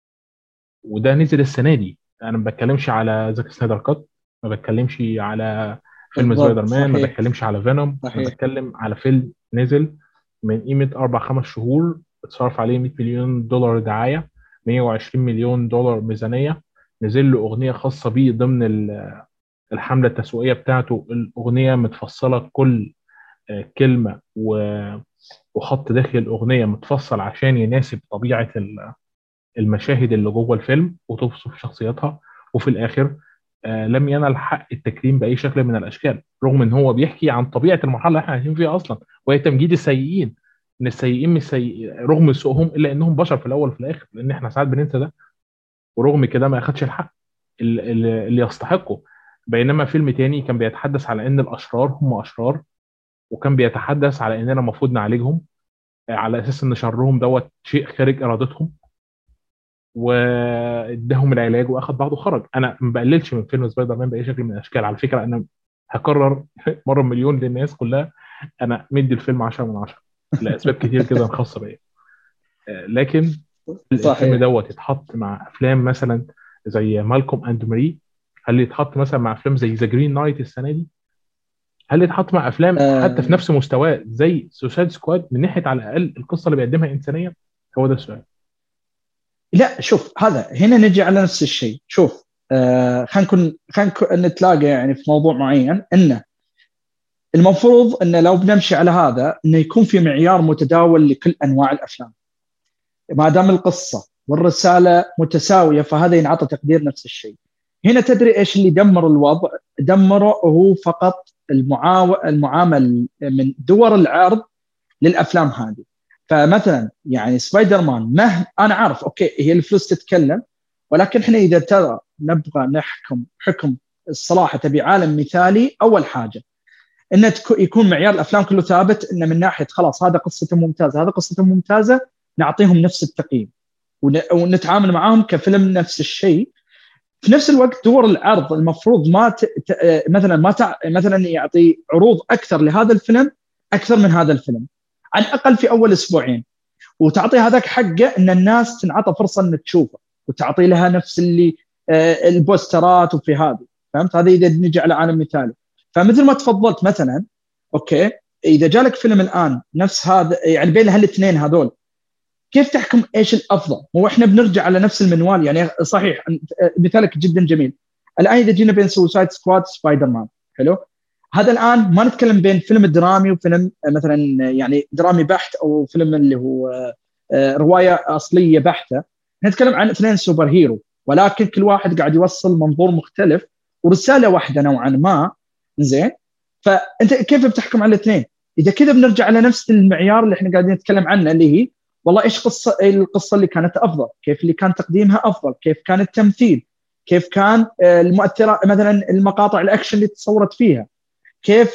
وده نزل السنة دي. أنا ما بتكلمش على زاك سنايدر كات، ما بتكلمش على فيلم سبايدر بالضبط مان، ما صحيح بتكلمش على فينوم، أنا صحيح. بتكلم على فيلم نزل من قيمة 4 5 شهور، اتصرف عليه 100 مليون دولار دعاية، 120 مليون دولار ميزانية، نزل له أغنية خاصة بيه ضمن الحملة التسويقية بتاعته. الأغنية متفصلة كل كلمة وخط داخل الأغنية متفصل عشان يناسب طبيعة المشاهد اللي جوه الفيلم وتوصف شخصياتها. وفي الآخر لم ينل حق التكريم بأي شكل من الأشكال، رغم إن هو بيحكي عن طبيعة المرحلة اللي احنا عايشين فيها أصلا، وهي تمجيد السيئين. إن السيئين مش سيئين رغم سوءهم إلا إنهم بشر في الأول وفي الآخر، لأن احنا ساعات بننسى ده. ورغم كده ما أخدش الحق اللي يستحقه. بينما فيلم تاني كان بيتحدث على إن الأشرار هم أشرار، وكان بيتحدث على إننا المفروض نعالجهم على اساس ان شرهم دوت شيء خارج ارادتهم، واداهم العلاج واخد بعضه خرج. انا ما بقللش من فيلم سبايدر مان باي شكل من الاشكال على فكره. انا هكرر مره مليون للناس كلها، انا مدي الفيلم 10 من 10 لاسباب كتير كده خاصه بيا. لكن الفيلم صحيح دوت يتحط مع افلام مثلا زي مالكوم اند ماري؟ هل يتحط مثلا مع افلام زي ذا جرين نايت السنه دي؟ هل يتحط مع افلام حتى في آه نفس مستواه زي سوسايد سكواد من ناحيه على الاقل القصه اللي بيقدمها انسانيه؟ هو ده السؤال. لا شوف هذا هنا نجي على نفس الشيء. شوف خلينا نتلاقى يعني في موضوع معين، انه المفروض انه لو بنمشي على هذا انه يكون في معيار متداول لكل انواع الافلام. ما دام القصه والرسالة متساوية، فهذا ينعطى تقدير نفس الشيء. هنا تدري إيش اللي دمر الوضع؟ دمره هو فقط المعامل من دور العرض للأفلام هذه. فمثلا يعني سبايدر مان، أنا عارف أوكي هي الفلوس تتكلم، ولكن إحنا إذا ترى نبغى نحكم حكم الصراحة تبي عالم مثالي، أول حاجة إن يكون معيار الأفلام كله ثابت، إن من ناحية خلاص هذا قصته ممتازة، هذا قصته ممتازة، نعطيهم نفس التقييم ونتعامل معاهم كفيلم نفس الشيء. في نفس الوقت دور العرض المفروض مثلا يعطي عروض أكثر لهذا الفيلم أكثر من هذا الفيلم، على الأقل في أول أسبوعين، وتعطي هذاك حقه إن الناس تنعطى فرصة إن تشوفه، وتعطي لها نفس اللي البوسترات وفي هذه، فهمت؟ هذا إذا نجي على عالم مثالي. فمثل ما تفضلت مثلا أوكي إذا جالك فيلم الآن نفس هذا يعني بين هالاثنين هذول، كيف تحكم ايش الافضل؟ هو احنا بنرجع على نفس المنوال. يعني صحيح مثالك جدا جميل. الان اذا جينا بين سوسايد سكواد سبايدر مان، حلو، هذا الان ما نتكلم بين فيلم درامي وفيلم مثلا يعني درامي بحت، او فيلم اللي هو روايه اصليه بحته، نتكلم عن اثنين سوبر هيرو، ولكن كل واحد قاعد يوصل منظور مختلف ورساله واحده نوعا ما. زين، فانت كيف بتحكم على الاثنين؟ اذا كذا بنرجع على نفس المعيار اللي احنا قاعدين نتكلم عنه، اللي هي والله ايش القصه اللي كانت افضل، كيف اللي كان تقديمها افضل، كيف كان التمثيل، كيف كان المؤثرات مثلا المقاطع الاكشن اللي تصورت فيها، كيف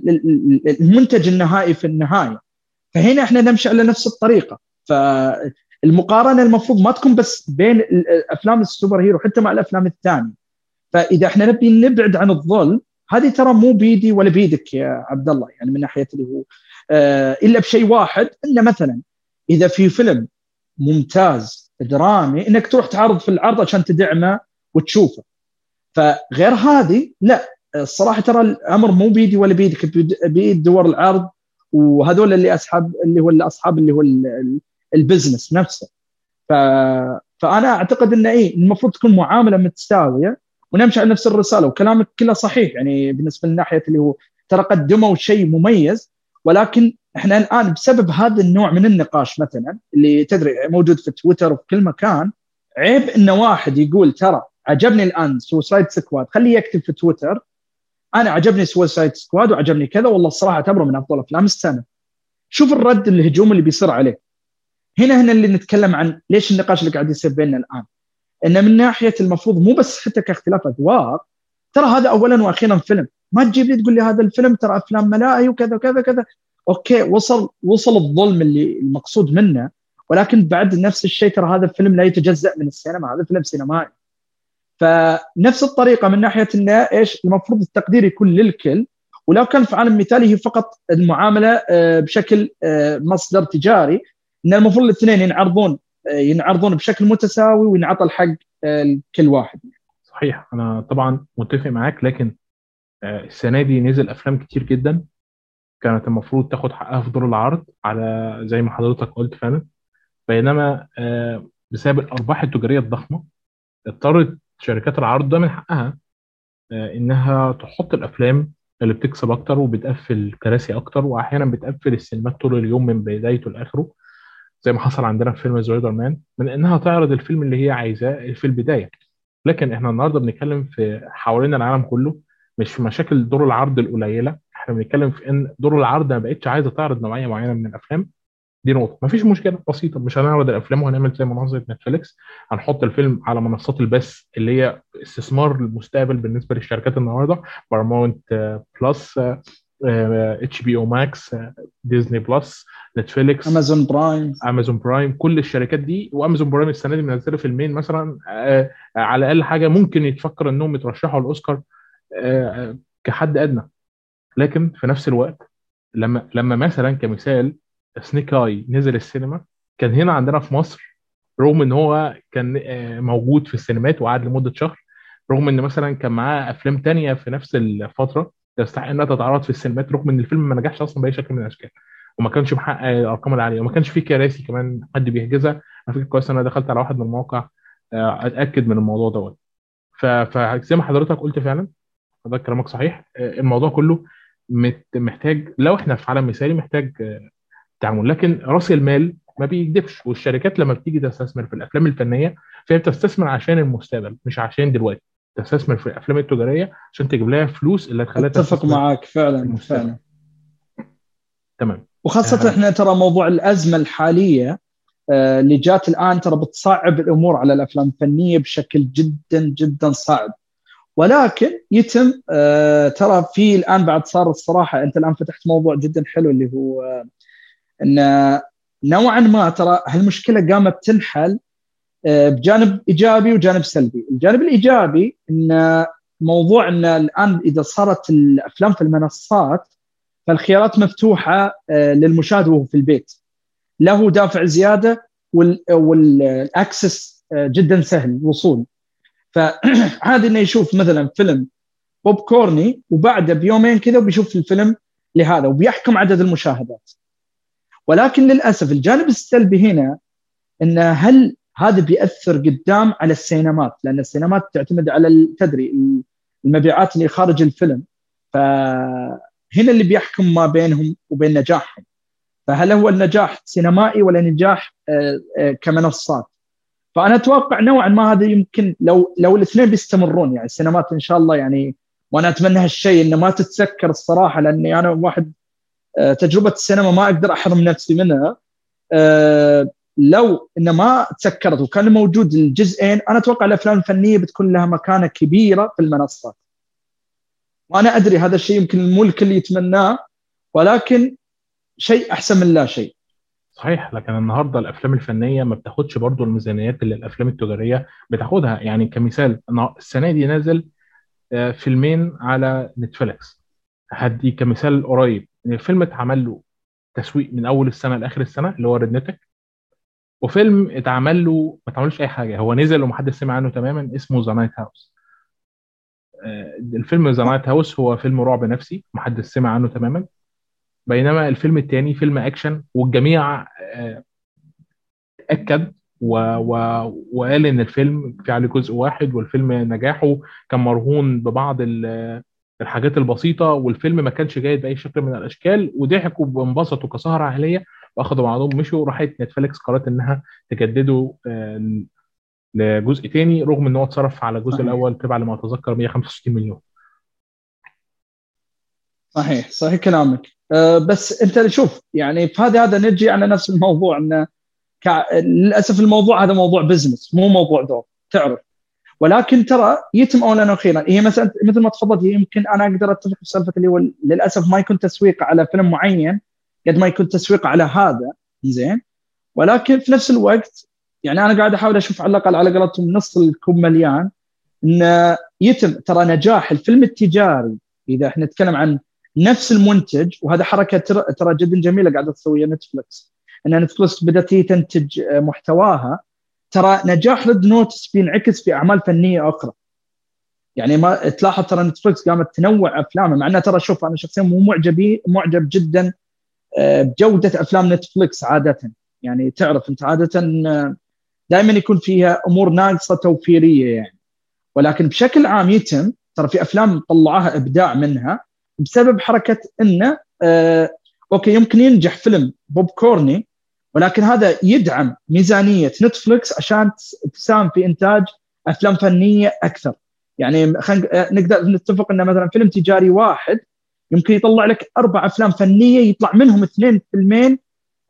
المنتج النهائي في النهايه. فهنا احنا نمشي على نفس الطريقه. فالمقارنه المفروض ما تكون بس بين افلام السوبر هيرو، حتى مع الافلام الثانيه. فاذا احنا نبي نبعد عن الظلم، هذه ترى مو بيدي ولا بيدك يا عبد الله، يعني من ناحيه اللي هو الا بشيء واحد، انه مثلا إذا في فيلم ممتاز درامي إنك تروح تعرض في العرض عشان تدعمه وتشوفه. فغير هذه لا، الصراحة ترى الأمر مو بيدي ولا بيدك، بيد دور العرض، وهذول اللي أصحاب اللي هو البزنس نفسه. فأنا أعتقد إن المفروض تكون معاملة متساوية ونمشي على نفس الرسالة. وكلامك كله صحيح يعني بالنسبة لناحية اللي هو ترى قدموا شيء مميز، ولكن احنا الان بسبب هذا النوع من النقاش مثلا اللي تدري موجود في تويتر وفي كل مكان، عيب ان واحد يقول ترى عجبني الان سوسايد سكواد، خليه يكتب في تويتر انا عجبني سوسايد سكواد وعجبني كذا، والله الصراحه اعتبره من افضل افلام السنه. شوف الرد الهجوم اللي بيصير عليه. هنا اللي نتكلم عن ليش النقاش اللي قاعد يصير بيننا الان، ان من ناحيه المفروض مو بس حتى كاختلاف اذواق، ترى هذا اولا واخيرا فيلم. ما تجيب لي تقول لي هذا الفيلم ترى افلام ملاهي وكذا وكذا كذا. اوكي وصل الظلم اللي المقصود منه، ولكن بعد نفس الشيء ترى هذا الفيلم لا يتجزأ من السينما، هذا فيلم سينمائي. فنفس الطريقه من ناحيه انه ايش المفروض التقدير يكون للكل، ولو كان في عالم مثالي هي فقط المعامله بشكل مصدر تجاري، ان المفروض الاثنين ينعرضون بشكل متساوي وينعطى الحق لكل واحد. صحيح، انا طبعا متفق معاك، لكن السنه دي نزل افلام كتير جدا كانت المفروض تاخد حقها في دور العرض على زي ما حضرتك قلت فعلا، بينما بسبب الارباح التجاريه الضخمه اضطرت شركات العرض ده من حقها انها تحط الافلام اللي بتكسب اكتر وبتقفل كراسي اكتر، واحيانا بتقفل السينمات طول اليوم من بدايته لاخره، زي ما حصل عندنا في فيلم سبايدر مان، من انها تعرض الفيلم اللي هي عايزاه في البدايه. لكن احنا النهارده بنتكلم في حوالين العالم كله، مش في مشاكل دور العرض القليله، احنا بنتكلم في ان دور العرض ما بقتش عايزه تعرض نوعيه معينه من الافلام. دي نقطه، مفيش مشكله بسيطه، مش هنعرض الافلام وهنعمل زي منصه نتفليكس، هنحط الفيلم على منصات البث اللي هي استثمار للمستقبل بالنسبه للشركات النهارده، بارامونت بلس، اتش بي او ماكس، ديزني بلس، نتفليكس، امازون برايم، كل الشركات دي. وامازون برايم السنه دي منزله فيلمين مثلا، على الاقل حاجه ممكن يتفكر انهم يترشحوا الاوسكار كحد ادنى. لكن في نفس الوقت لما مثلا كمثال سنيك اي نزل السينما، كان هنا عندنا في مصر، رغم ان هو كان موجود في السينمات وقعد لمده شهر، رغم ان مثلا كان معاه افلام تانية في نفس الفتره تستحق انها تتعرض في السينمات، رغم ان الفيلم ما نجحش اصلا باي شكل من الاشكال، وما كانش محقق الارقام العاليه، وما كانش فيه كراسي كمان حد بيحجزها. انا فاكر كويس انا دخلت على واحد من المواقع اتاكد من الموضوع دوت. فزي ما حضرتك قلت فعلا، ده كلامك صحيح، الموضوع كله محتاج، لو احنا في عالم مثالي محتاج تعامل، لكن راس المال ما بيكذبش. والشركات لما بتيجي تستثمر في الافلام الفنيه فهي بتستثمر عشان المستقبل مش عشان دلوقتي. تستثمر في الافلام التجاريه عشان تجيب لها فلوس اللي تخليها اتفق تستثمر معاك في فعلا المستقبل. فعلا. تمام. وخاصه احنا ترى موضوع الازمه الحاليه اللي جات الان ترى بتصعب الامور على الافلام الفنيه بشكل جدا جدا صعب. ولكن يتم ترى في الان بعد صار الصراحه انت الان فتحت موضوع جدا حلو اللي هو ان نوعا ما ترى هالمشكله قامت تنحل بجانب ايجابي وجانب سلبي. الجانب الايجابي ان موضوع ان الان اذا صارت الافلام في المنصات فالخيارات مفتوحه للمشاهد وهو في البيت، له دافع زياده والاكسس جدا سهل الوصول. فعادي انه يشوف مثلا فيلم بوب كورني وبعده بيومين كذا وبيشوف الفيلم لهذا وبيحكم عدد المشاهدات. ولكن للاسف الجانب السلبي هنا ان هل هذا بيأثر قدام على السينمات، لان السينمات تعتمد على تدري المبيعات اللي خارج الفيلم، فهنا اللي بيحكم ما بينهم وبين نجاحهم. فهل هو النجاح سينمائي ولا نجاح كمنصات؟ فانا اتوقع نوعا ما هذا يمكن لو الاثنين بيستمرون، يعني السينمات ان شاء الله يعني، وانا اتمنى هالشيء انه ما تتسكر الصراحه، لاني انا واحد تجربه السينما ما اقدر احرم نفسي منها. لو انه ما تسكرت وكان موجود الجزئين انا اتوقع الافلام الفنيه بتكون لها مكانه كبيره في المنصات. وانا ادري هذا الشيء يمكن مو الكل يتمناه، ولكن شيء احسن من لا شيء. صحيح. لكن النهارده الافلام الفنيه ما بتاخدش برضو الميزانيات اللي الافلام التجاريه بتاخدها. يعني كمثال السنه دي نازل فيلمين على نتفليكس. هدي كمثال قريب ان الفيلم اتعمل له تسويق من اول السنه لاخر السنه اللي هو ريدنتك، وفيلم اتعمل له ما اتعملوش اي حاجه، هو نزل ومحدش سمع عنه تماما، اسمه ذا نايت هاوس. الفيلم ذا نايت هاوس هو فيلم رعب نفسي محدش سمع عنه تماما، بينما الفيلم الثاني فيلم اكشن والجميع اكد وقال ان الفيلم في عليه جزء واحد، والفيلم نجاحه كان مرهون ببعض الحاجات البسيطه، والفيلم ما كانش جيد باي شكل من الاشكال، وضحكوا وانبسطوا كسهره عائليه واخدوا بعضهم مشوا. راحت نتفليكس قررت انها تجدده لجزء تاني رغم ان هو اتصرف على الجزء الاول تبع لما اتذكر 165 مليون. صحيح صحيح كلامك. بس انت شوف يعني في هذا نرجع على نفس الموضوع انه للاسف الموضوع هذا موضوع بزنس مو موضوع دور تعرف. ولكن ترى يتم اولا واخيرا هي مثلا مثل ما تفضلت، يمكن انا اقدر اتفق بسالفه اللي هو للاسف ما يكون تسويق على فيلم معين قد ما يكون تسويق على هذا زين. ولكن في نفس الوقت يعني انا قاعد احاول اشوف على الاقل على قولتهم نص الكوب مليان، ان يتم ترى نجاح الفيلم التجاري اذا احنا نتكلم عن نفس المنتج. وهذا حركه ترى جدا جميله قاعده تسويها نتفلكس، ان نتفلكس بدات تنتج محتواها. ترى نجاح ريد نوتس بينعكس في اعمال فنيه اخرى. يعني ما تلاحظ ترى نتفلكس قامت تنوع افلامها، مع انها ترى شوف انا شخصيا مو معجب جدا بجوده افلام نتفلكس عاده. يعني تعرف انت عاده دائما يكون فيها امور ناقصه توفيريه يعني. ولكن بشكل عام يتم ترى في افلام طلعوها ابداع منها بسبب حركه انه اوكي يمكن ينجح فيلم بوب كورني، ولكن هذا يدعم ميزانيه نتفلكس عشان تساهم في انتاج افلام فنيه اكثر. يعني نقدر نتفق ان مثلا فيلم تجاري واحد يمكن يطلع لك 4 أفلام فنيه يطلع منهم 2 فيلمين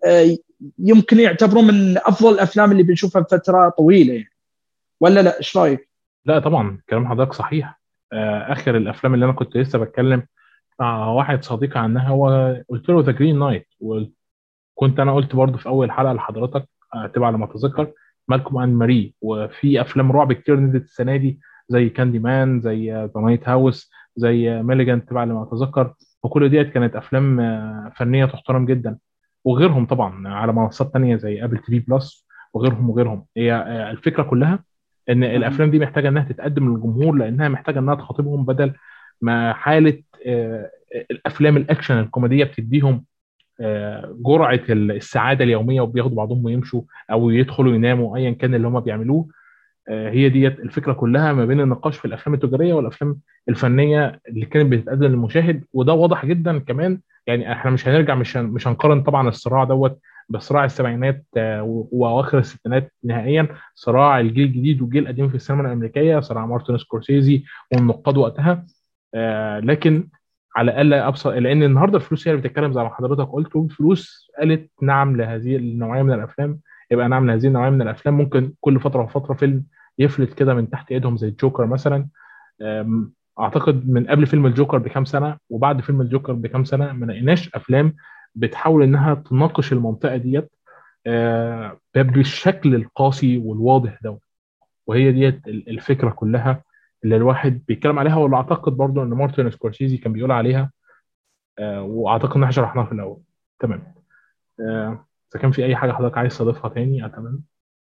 يمكن يعتبرون من افضل الافلام اللي بنشوفها بفتره طويله يعني. ولا لا ايش رايك؟ لا طبعا كلام حضرتك صحيح. اخر الافلام اللي انا كنت لسه بتكلم مع واحد صديقي عنها هو قلت له ذا جرين نايت، وكنت انا قلت برضو في اول حلقه لحضرتك تبع لما اتذكر مالكوم اند ماري. وفي افلام رعب كتير نزلت السنه دي زي كاندي مان، زي ذا نايت هاوس، زي ميليجان تبع لما اتذكر، وكل ديت كانت افلام فنيه تحترم جدا. وغيرهم طبعا على منصات تانية زي ابل تي في بلس وغيرهم. هي الفكره كلها ان الافلام دي محتاجه انها تتقدم للجمهور، لانها محتاجه انها تخاطبهم، بدل ما حاله الافلام الاكشن الكوميديه بتديهم جرعه السعاده اليوميه وبياخدوا بعضهم ويمشوا او يدخلوا يناموا ايا كان اللي هم بيعملوه. هي ديت الفكره كلها ما بين النقاش في الافلام التجاريه والافلام الفنيه اللي كانت بتتقدم للمشاهد. وده واضح جدا كمان. يعني احنا مش هنرجع مش هنقارن طبعا الصراع دوت بصراع السبعينات واواخر الستينات نهائيا، صراع الجيل الجديد والجيل القديم في السينما الامريكيه، صراع مارتن سكورسيزي والنقاد وقتها. لكن على الاقل ابسط، لان النهارده الفلوس هي اللي بتتكلم زي ما حضرتك قلت، والفلوس قالت نعم لهذه النوعيه من الافلام. يبقى نعم لهذه النوعيه من الافلام. ممكن كل فتره وفتره فيلم يفلت كده من تحت ايدهم زي الجوكر مثلا. اعتقد من قبل فيلم الجوكر بكام سنه وبعد فيلم الجوكر بكام سنه ما لقيناش افلام بتحاول انها تناقش المنطقه ديت بالشكل القاسي والواضح ده. وهي ديت الفكره كلها اللي الواحد بيتكلم عليها، واللي اعتقد برضو ان مارتن سكورسيزي كان بيقول عليها. واعتقد ان احنا شرحناها في الاول. تمام. اذا كان في اي حاجه حضرتك عايز تضيفها تاني اتمنى.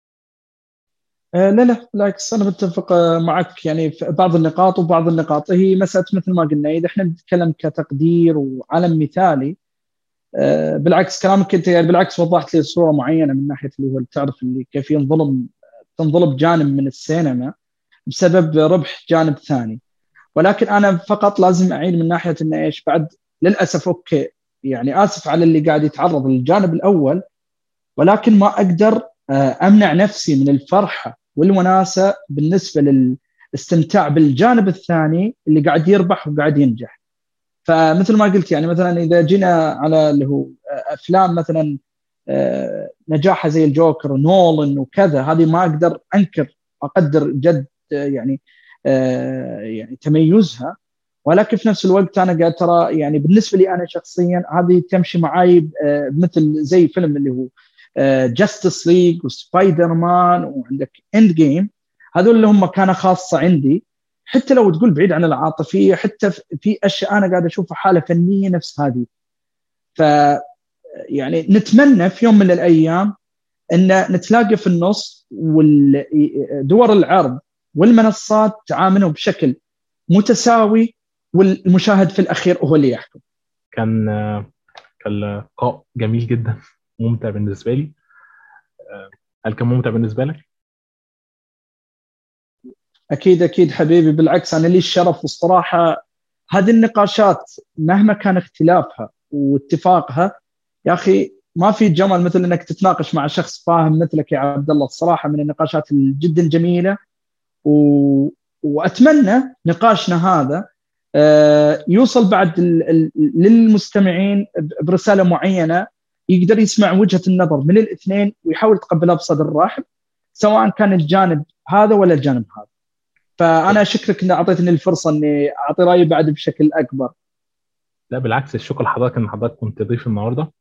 لا لا بالعكس، أنا بتفق معك يعني في بعض النقاط، وبعض النقاط هي مسألة مثل ما قلنا إذا إحنا بنتكلم كتقدير وعالم مثالي. بالعكس كلامك أنت يعني بالعكس وضحت لي صورة معينة من ناحية اللي هو تعرف اللي كيف تنظلم جانب من السينما بسبب ربح جانب ثاني. ولكن أنا فقط لازم أعيد من ناحية إن إيش بعد للأسف أوكي يعني آسف على اللي قاعد يتعرض للجانب الأول، ولكن ما أقدر أمنع نفسي من الفرحة والوناسة بالنسبة للاستمتاع بالجانب الثاني اللي قاعد يربح وقاعد ينجح. فمثل ما قلت يعني مثلا إذا جينا على اللي هو أفلام مثلا نجاحها زي الجوكر ونولن وكذا، هذه ما أقدر أنكر، أقدر جد يعني تميزها. ولكن في نفس الوقت أنا قاعد ترى يعني بالنسبة لي أنا شخصيا هذه تمشي معي مثل زي فيلم اللي هو جاستس ليج وسبايدر مان وعندك اند جيم، هذول اللي هم كانوا خاصة عندي. حتى لو تقول بعيد عن العاطفية، حتى في أشياء أنا قاعد أشوفها حالة فنية نفس هذه. ف يعني نتمنى في يوم من الأيام أن نتلاقى في النص، ودور العرض والمنصات تعاملوا بشكل متساوي، والمشاهد في الأخير هو اللي يحكم. كان لقاء جميل جدا، ممتع بالنسبه لي. هل كان ممتع بالنسبه لك؟ أكيد أكيد حبيبي، بالعكس أنا لي الشرف. والصراحة هذه النقاشات مهما كان اختلافها واتفاقها يا أخي ما في جمال مثل أنك تتناقش مع شخص فاهم مثلك يا عبد الله. الصراحة من النقاشات جدا جميلة، وأتمنى نقاشنا هذا يوصل بعد للمستمعين برسالة معينة، يقدر يسمع وجهة النظر من الاثنين ويحاول يتقبلها بصدر رحب، سواء كان الجانب هذا ولا الجانب هذا. فأنا أشكرك أن أعطيتني الفرصة أني أعطي رأيي بعد بشكل أكبر. لا بالعكس، الشكر لحضرتك ان حضرتك كنت ضيف النهارده،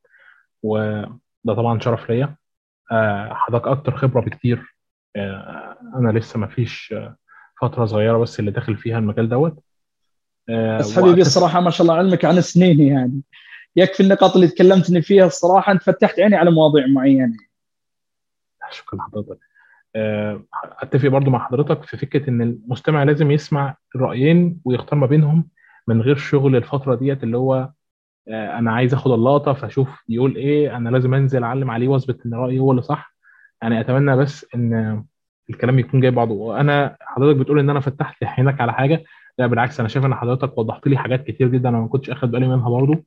وده طبعا شرف ليا. حضرتك اكتر خبره بكتير. انا لسه ما فيش فتره صغيره بس اللي داخل فيها المجال دوت. بس حبيبي الصراحة ما شاء الله علمك عن سنيني يعني، يكفي النقاط اللي تكلمتني فيها الصراحة أنت فتحت عيني على مواضيع معينة. شكرا لحضرتك. اتفق برضو مع حضرتك في فكره ان المستمع لازم يسمع الرايين ويختار ما بينهم، من غير شغل الفتره ديت اللي هو انا عايز اخد اللقطه فاشوف يقول ايه، انا لازم انزل اعلم عليه واثبت ان رايي هو اللي صح. يعني اتمنى بس ان الكلام يكون جاي بعضه. وانا حضرتك بتقول ان انا فتحت عينك على حاجه، لا بالعكس، انا شايف ان حضرتك وضحت لي حاجات كتير جدا انا ما كنتش اخد بالي منها برضو.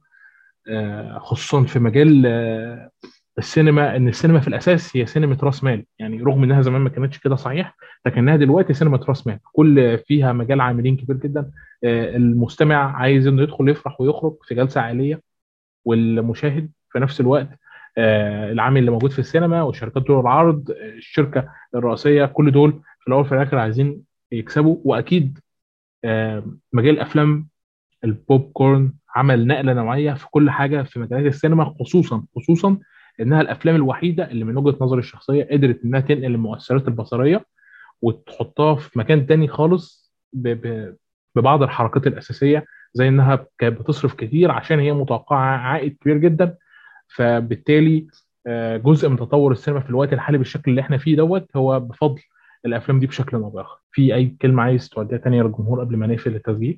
خصوصا في مجال السينما، ان السينما في الاساس هي سينما راس مال. يعني رغم انها زمان ما كانتش كده صحيح، لكنها دلوقتي سينما راس مال، كل فيها مجال عاملين كبير جدا. المستمع عايز انه يدخل يفرح ويخرج في جلسه عائليه، والمشاهد في نفس الوقت العامل اللي موجود في السينما وشركات دور العرض، الشركه الرئيسيه، كل دول في الاول وفي الاخر عايزين يكسبوا. واكيد مجال الافلام البوب كورن عمل نقله نوعيه في كل حاجه في مجالات السينما، خصوصا انها الافلام الوحيده اللي من وجهه نظري الشخصيه قدرت انها تنقل المؤثرات البصريه وتحطها في مكان تاني خالص ببعض الحركات الاساسيه، زي انها كانت بتصرف كتير عشان هي متوقعه عائد كبير جدا. فبالتالي جزء من تطور السينما في الوقت الحالي بالشكل اللي احنا فيه دوت هو بفضل الافلام دي بشكل او باخر. في اي كلمه عايز توديها تانية للجمهور قبل ما نقفل التسجيل؟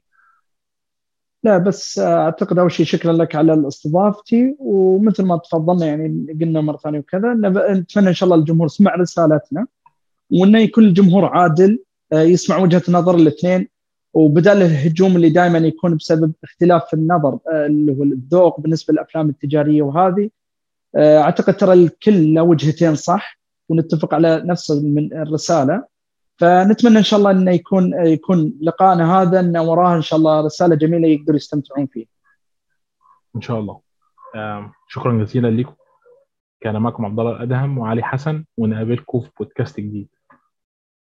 لا بس أعتقد أول شيء شكرا لك على استضافتي، ومثل ما تفضلنا يعني قلنا مرة ثانية وكذا نتمنى إن شاء الله الجمهور سمع رسالتنا، وإنه يكون الجمهور عادل يسمع وجهة نظر الاثنين، وبدال الهجوم اللي دائما يكون بسبب اختلاف في النظر اللي هو الذوق بالنسبة للأفلام التجارية. وهذه اعتقد ترى الكل له وجهتين صح، ونتفق على نفس من الرساله. فنتمنى ان شاء الله انه يكون لقائنا هذا انه وراه ان شاء الله رساله جميله يقدروا يستمتعون فيها ان شاء الله. شكرا جزيلا لكم. كان معكم عبد الله الادهم وعلي حسن، ونقابلكم في بودكاست جديد.